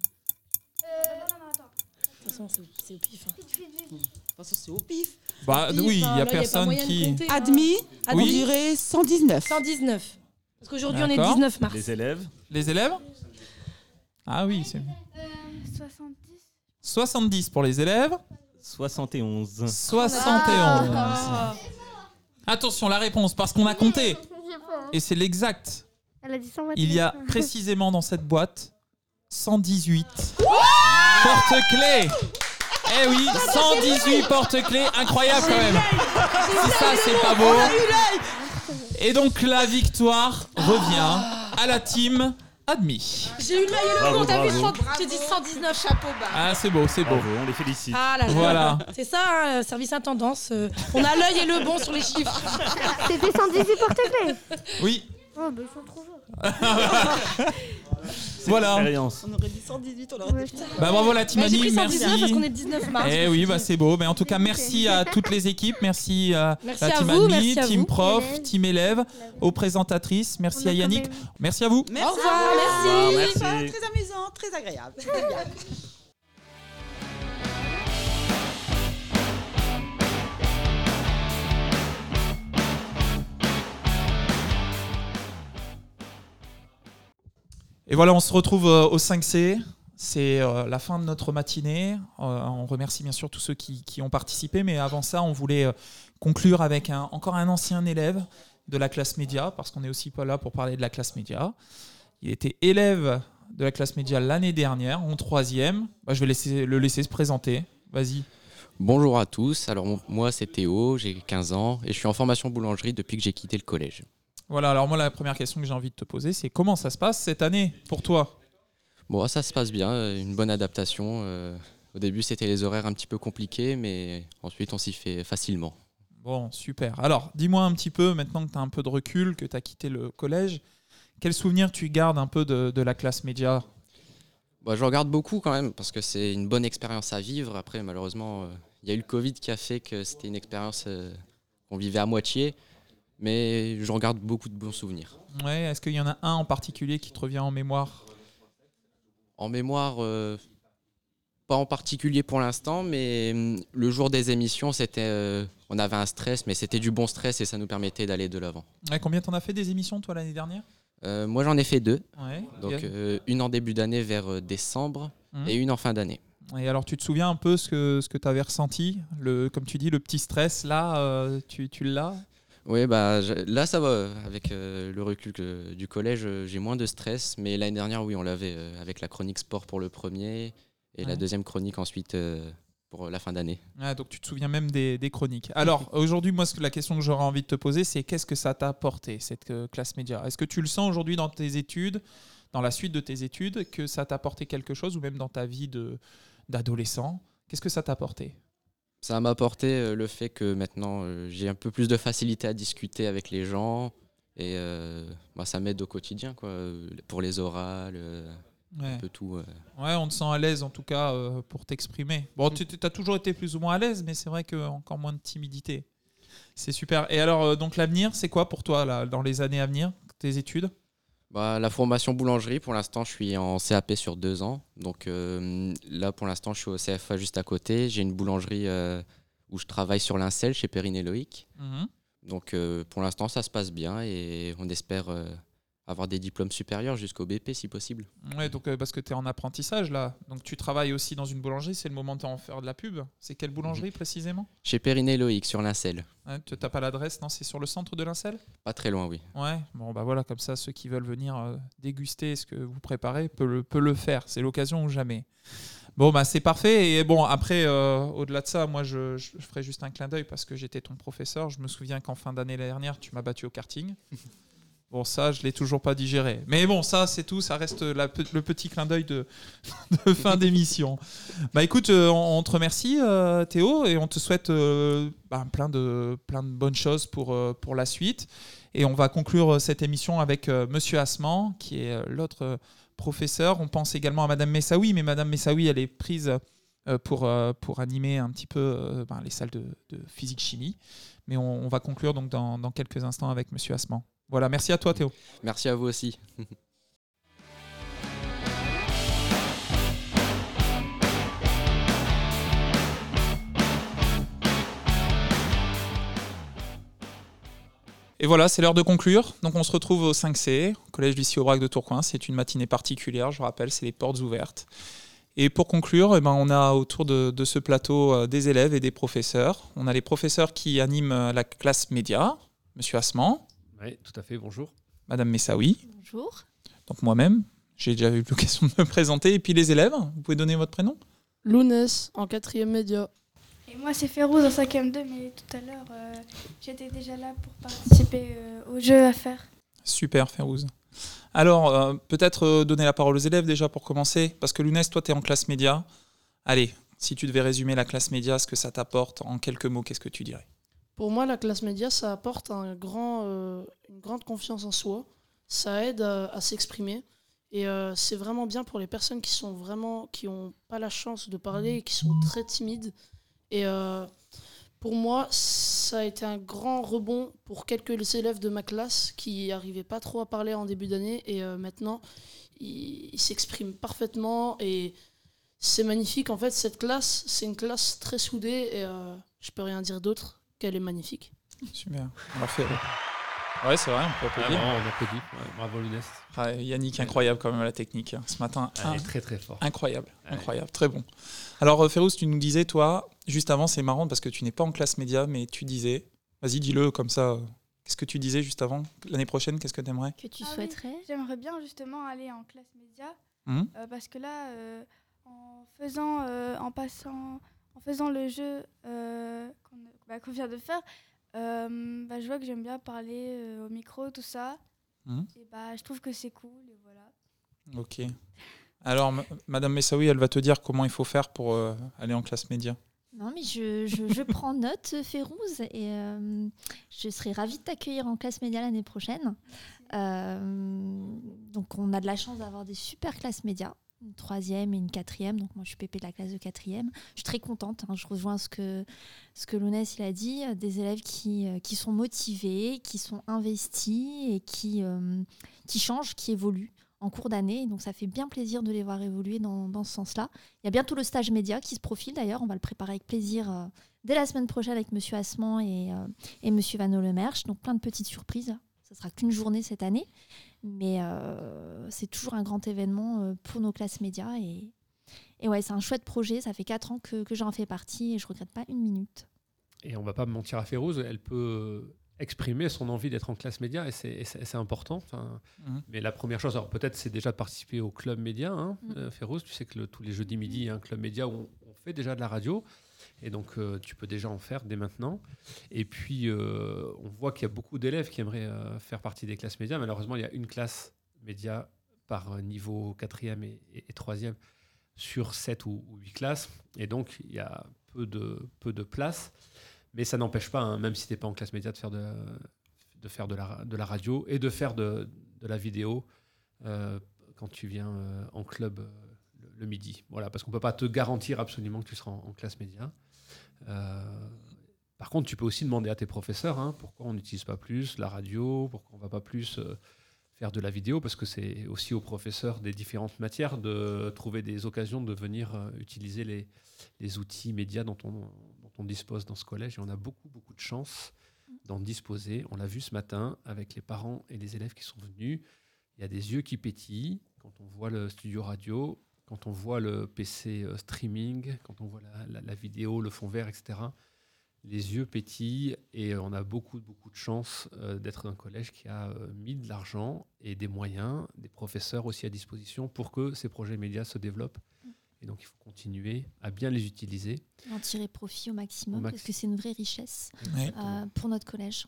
toute façon, c'est c'est au pif. hein. De toute façon, c'est au pif. Bah Pif, oui, il hein, y a là, personne moyen de qui. compter, hein. Admis, on Oui. dirait cent dix-neuf. cent dix-neuf. Parce qu'aujourd'hui, on est le D'accord. dix-neuf mars. Les élèves. Les élèves? Ah oui, c'est soixante-dix. soixante-dix pour les élèves. soixante et onze. soixante et onze. Attention, la réponse, parce qu'on a compté. Et c'est l'exact. Elle a dit cent vingt. Il y a précisément dans cette boîte cent dix-huit porte-clés. Eh oui, cent dix-huit porte-clés. Incroyable quand même. Si ça, c'est pas beau. Et donc la victoire revient à la team admis. J'ai eu le mail et le Bravo, bon, t'as vu, bravo. cent- j'ai dit cent dix-neuf, chapeau bas. Ah, c'est beau, c'est beau. Bravo, on les félicite. Ah là là. Voilà. C'est ça, hein, service intendance. euh, on a l'œil et le bon sur les chiffres. C'était cent dix-huit porte-clés. Oui. Oh, bah ils sont trop forts. Voilà. Expérience. On aurait dit cent dix-huit, on aurait dit. Bah bravo la team Bah, j'ai Annie, pris cent merci. dix-neuf parce qu'on est le dix-neuf mars. Eh oui, bah c'est beau. Mais en tout cas, merci à toutes les équipes, merci à Merci la à team vous, admin, merci à team vous. prof, Élèves. team élève, aux présentatrices, merci On a à quand Yannick, même- merci à vous. Merci. Au revoir, merci. Au revoir, Très merci. Très amusant, très agréable. Très bien. Et voilà, on se retrouve euh, au cinq C. C'est euh, la fin de notre matinée. Euh, on remercie bien sûr tous ceux qui, qui ont participé, mais avant ça, on voulait euh, conclure avec un, encore un ancien élève de la classe média, parce qu'on n'est aussi pas là pour parler de la classe média. Il était élève de la classe média l'année dernière, en troisième. Bah, je vais laisser, le laisser se présenter. Vas-y. Bonjour à tous, alors mon- moi c'est Théo, j'ai quinze ans et je suis en formation boulangerie depuis que j'ai quitté le collège. Voilà, alors moi, la première question que j'ai envie de te poser, c'est comment ça se passe cette année pour toi ? Bon, ça se passe bien, euh, une bonne adaptation. euh, Au début c'était les horaires un petit peu compliqués, mais ensuite on s'y fait facilement. Bon, super. Alors, dis-moi un petit peu, maintenant que tu as un peu de recul, que tu as quitté le collège, quels souvenirs tu gardes un peu de, de la classe média ? Bon, je regarde beaucoup quand même parce que c'est une bonne expérience à vivre. Après malheureusement euh, il y a eu le Covid qui a fait que c'était une expérience euh, qu'on vivait à moitié, mais je regarde beaucoup de bons souvenirs. Ouais, est-ce qu'il y en a un en particulier qui te revient en mémoire ? En mémoire, euh, pas en particulier pour l'instant, mais hum, le jour des émissions, c'était, euh, on avait un stress, mais c'était du bon stress et ça nous permettait d'aller de l'avant. Ouais, combien t'en as fait des émissions, toi, l'année dernière ? Euh, moi, j'en ai fait deux. Ouais, Donc, et- euh, une en début d'année vers euh, décembre Mhm. et une en fin d'année. Et alors, tu te souviens un peu ce que, ce que tu avais ressenti le, comme tu dis, le petit stress, là, euh, tu, tu l'as ? Oui, bah, je- là, ça va. Avec euh, le recul que- du collège, euh, j'ai moins de stress. Mais l'année dernière, oui, on l'avait euh, avec la chronique sport pour le premier et Ouais. la deuxième chronique ensuite euh, pour la fin d'année. Ah, donc tu te souviens même des, des chroniques. Alors aujourd'hui, moi, ce que- la question que j'aurais envie de te poser, c'est qu'est-ce que ça t'a apporté, cette euh, classe média ? Est-ce que tu le sens aujourd'hui dans tes études, dans la suite de tes études, que ça t'a apporté quelque chose, ou même dans ta vie de, d'adolescent ? Qu'est-ce que ça t'a apporté ? Ça m'a apporté euh, le fait que maintenant euh, j'ai un peu plus de facilité à discuter avec les gens et euh, bah, ça m'aide au quotidien quoi, euh, pour les orales, euh, Ouais. un peu tout. euh. Ouais, on te sent à l'aise en tout cas euh, pour t'exprimer. Bon, tu as toujours été plus ou moins à l'aise, mais c'est vrai que encore moins de timidité. C'est super. Et alors, euh, donc l'avenir, c'est quoi pour toi là, dans les années à venir, tes études ? Bah, la formation boulangerie, pour l'instant, je suis en C A P sur deux ans. Donc euh, là, pour l'instant, je suis au C F A juste à côté. J'ai une boulangerie euh, où je travaille sur Lincel chez Perrine et Loïc. Mhm. Donc euh, pour l'instant, ça se passe bien et on espère euh, avoir des diplômes supérieurs jusqu'au B P si possible. Ouais, donc euh, parce que tu es en apprentissage là. Donc tu travailles aussi dans une boulangerie, c'est le moment de t'en faire de la pub. C'est quelle boulangerie précisément ? Chez Perrine et Loïc sur Lincel. Ouais, tu n'as pas l'adresse, non ? C'est sur le centre de Lincel ? Pas très loin, oui. Ouais, bon bah voilà, comme ça ceux qui veulent venir euh, déguster ce que vous préparez peuvent le, peuvent le faire. C'est l'occasion ou jamais. Bon bah c'est parfait. Et bon après, euh, au-delà de ça, moi je, je ferai juste un clin d'œil parce que j'étais ton professeur. Je me souviens qu'en fin d'année dernière, tu m'as battu au karting. Bon, ça, je ne l'ai toujours pas digéré. Mais bon, ça, c'est tout. Ça reste la pe- le petit clin d'œil de, de fin d'émission. Bah écoute, euh, on, on te remercie, euh, Théo, et on te souhaite euh, bah, plein, de, plein de bonnes choses pour, euh, pour la suite. Et on va conclure cette émission avec euh, Monsieur Asman, qui est euh, l'autre euh, professeur. On pense également à Madame Messaoui, mais Madame Messaoui, elle est prise euh, pour, euh, pour animer un petit peu euh, ben, les salles de, de physique-chimie. Mais on, on va conclure donc dans, dans quelques instants avec Monsieur Asman. Voilà, merci à toi Théo. Merci à vous aussi. Et voilà, c'est l'heure de conclure. Donc on se retrouve au cinq C, au collège Lucie Aubrac de Tourcoing. C'est une matinée particulière, je rappelle, c'est les portes ouvertes. Et pour conclure, eh ben, on a autour de, de ce plateau euh, des élèves et des professeurs. On a les professeurs qui animent euh, la classe média, Monsieur Asman. Oui, tout à fait, bonjour. Madame Messaoui. Bonjour. Donc moi-même, j'ai déjà eu l'occasion de me présenter. Et puis les élèves, vous pouvez donner votre prénom ? Lounès, en quatrième média. Et moi, c'est Férouz en cinquième deux, mais tout à l'heure, euh, j'étais déjà là pour participer euh, au jeu à faire. Super, Férouz. Alors, euh, peut-être euh, donner la parole aux élèves déjà pour commencer, parce que Lounès, toi, tu es en classe média. Allez, si tu devais résumer la classe média, ce que ça t'apporte en quelques mots, qu'est-ce que tu dirais ? Pour moi, la classe média, ça apporte un grand, euh, une grande confiance en soi. Ça aide à, à s'exprimer. Et euh, c'est vraiment bien pour les personnes qui sont vraiment, qui n'ont pas la chance de parler et qui sont très timides. Et euh, pour moi, ça a été un grand rebond pour quelques élèves de ma classe qui n'arrivaient pas trop à parler en début d'année. Et euh, maintenant, ils, ils s'expriment parfaitement. Et c'est magnifique. En fait, cette classe, c'est une classe très soudée. Et euh, je peux rien dire d'autre qu'elle est magnifique. Super. Alors, fait... Ouais, c'est vrai, on peut applaudir. Ah, bon, on applaudit. Ouais, bravo, Lounès. Ah, Yannick, incroyable quand même à la technique. Ce matin, Elle un... est très très fort. Incroyable, Ouais. incroyable, très bon. Alors, Férouz, tu nous disais, toi, juste avant, c'est marrant parce que tu n'es pas en classe média, mais tu disais, vas-y, dis-le comme ça. Qu'est-ce que tu disais juste avant? L'année prochaine, qu'est-ce que tu aimerais? Que tu ah souhaiterais oui, j'aimerais bien justement aller en classe média mmh. euh, parce que là, euh, en faisant, euh, en passant, en faisant le jeu euh, qu'on, bah, qu'on vient de faire. Euh, bah, je vois que j'aime bien parler euh, au micro, tout ça. Mmh. Et bah, je trouve que c'est cool. Et voilà. Ok. Alors, m- Madame Messaoui, elle va te dire comment il faut faire pour euh, aller en classe média. Non, mais je, je, je prends note, Férouz, et euh, je serai ravie de t'accueillir en classe média l'année prochaine. Euh, donc, on a de la chance d'avoir des super classes médias. Une troisième et une quatrième, donc moi je suis pépé de la classe de quatrième. Je suis très contente, hein. Je rejoins ce que, ce que Lounès il a dit, des élèves qui, qui sont motivés, qui sont investis et qui, euh, qui changent, qui évoluent en cours d'année. Donc ça fait bien plaisir de les voir évoluer dans, dans ce sens-là. Il y a bientôt le stage média qui se profile d'ailleurs, on va le préparer avec plaisir euh, dès la semaine prochaine avec Monsieur Assman et, euh, et Monsieur Vanneau-Lemerche. Donc plein de petites surprises. Ça sera qu'une journée cette année, mais euh, c'est toujours un grand événement euh, pour nos classes médias. Et, et ouais, c'est un chouette projet. Ça fait quatre ans que, que j'en fais partie et je ne regrette pas une minute. Et on ne va pas mentir à Férouz, elle peut exprimer son envie d'être en classe média et c'est, et c'est, c'est important. Enfin, mmh. Mais la première chose, alors peut-être c'est déjà de participer au club média. Hein, mmh. euh, Férouz, tu sais que le, tous les jeudis midi, il y a un club média où on, on fait déjà de la radio. Et donc, euh, tu peux déjà en faire dès maintenant. Et puis, euh, on voit qu'il y a beaucoup d'élèves qui aimeraient euh, faire partie des classes médias. Malheureusement, il y a une classe média par niveau quatrième et, et, et troisième sur sept ou, ou huit classes. Et donc, il y a peu de, peu de place. Mais ça n'empêche pas, hein, même si tu n'es pas en classe média, de faire de, de, faire de, la, de la radio et de faire de, de la vidéo euh, quand tu viens euh, en club euh, le, le midi. Voilà, parce qu'on ne peut pas te garantir absolument que tu seras en, en classe média. Euh, par contre, tu peux aussi demander à tes professeurs hein, pourquoi on n'utilise pas plus la radio, pourquoi on ne va pas plus euh, faire de la vidéo, parce que c'est aussi aux professeurs des différentes matières de trouver des occasions de venir euh, utiliser les, les outils médias dont on, dont on dispose dans ce collège. Et on a beaucoup, beaucoup de chance d'en disposer. On l'a vu ce matin avec les parents et les élèves qui sont venus. Il y a des yeux qui pétillent quand on voit le studio radio, quand on voit le P C euh, streaming, quand on voit la, la, la vidéo, le fond vert, et cetera. Les yeux pétillent et on a beaucoup, beaucoup de chance euh, d'être dans un collège qui a euh, mis de l'argent et des moyens, des professeurs aussi à disposition pour que ces projets médias se développent. Et donc, il faut continuer à bien les utiliser. En tirer profit au maximum, Au maxi- parce que c'est une vraie richesse Ouais. euh, pour notre collège.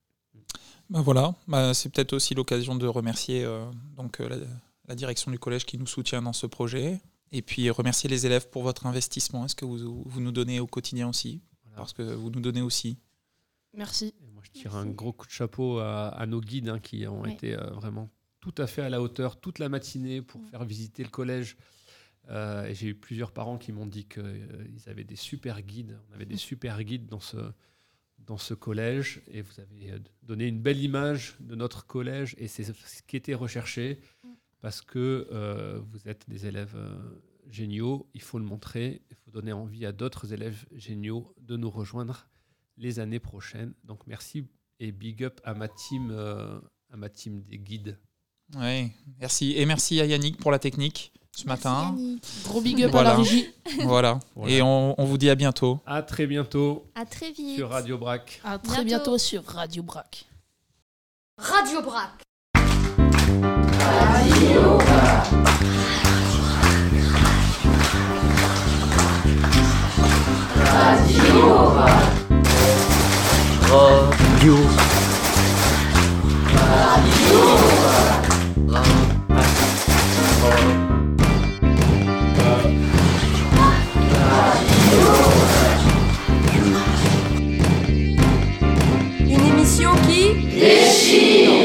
Ben voilà, bah, c'est peut-être aussi l'occasion de remercier euh, donc, euh, la, la direction du collège qui nous soutient dans ce projet. Et puis remercier les élèves pour votre investissement. Est-ce que vous, vous nous donnez au quotidien aussi ? Voilà. Parce que vous nous donnez aussi. Merci. Et moi, je tire Merci. un gros coup de chapeau à, à nos guides hein, qui ont Ouais. été euh, vraiment tout à fait à la hauteur toute la matinée pour ouais. faire visiter le collège. Euh, et j'ai eu plusieurs parents qui m'ont dit qu'ils euh, avaient des super guides. On avait des super guides dans ce, dans ce collège. Et vous avez donné une belle image de notre collège. Et c'est ce qui était recherché. Parce que euh, vous êtes des élèves euh, géniaux. Il faut le montrer. Il faut donner envie à d'autres élèves géniaux de nous rejoindre les années prochaines. Donc merci et big up à ma team, euh, à ma team des guides. Oui, merci. Et merci à Yannick pour la technique ce Merci matin. Yannick. Gros big up voilà. à la régie. Voilà. Voilà. Et on, on vous dit à bientôt. À très bientôt. À très vite. Sur Radio Brac. À très bientôt, bientôt sur Radio Brac. Radio Brac. Radio Brac. Radio Brac. Radio. Radio Brac. Une émission qui déchire.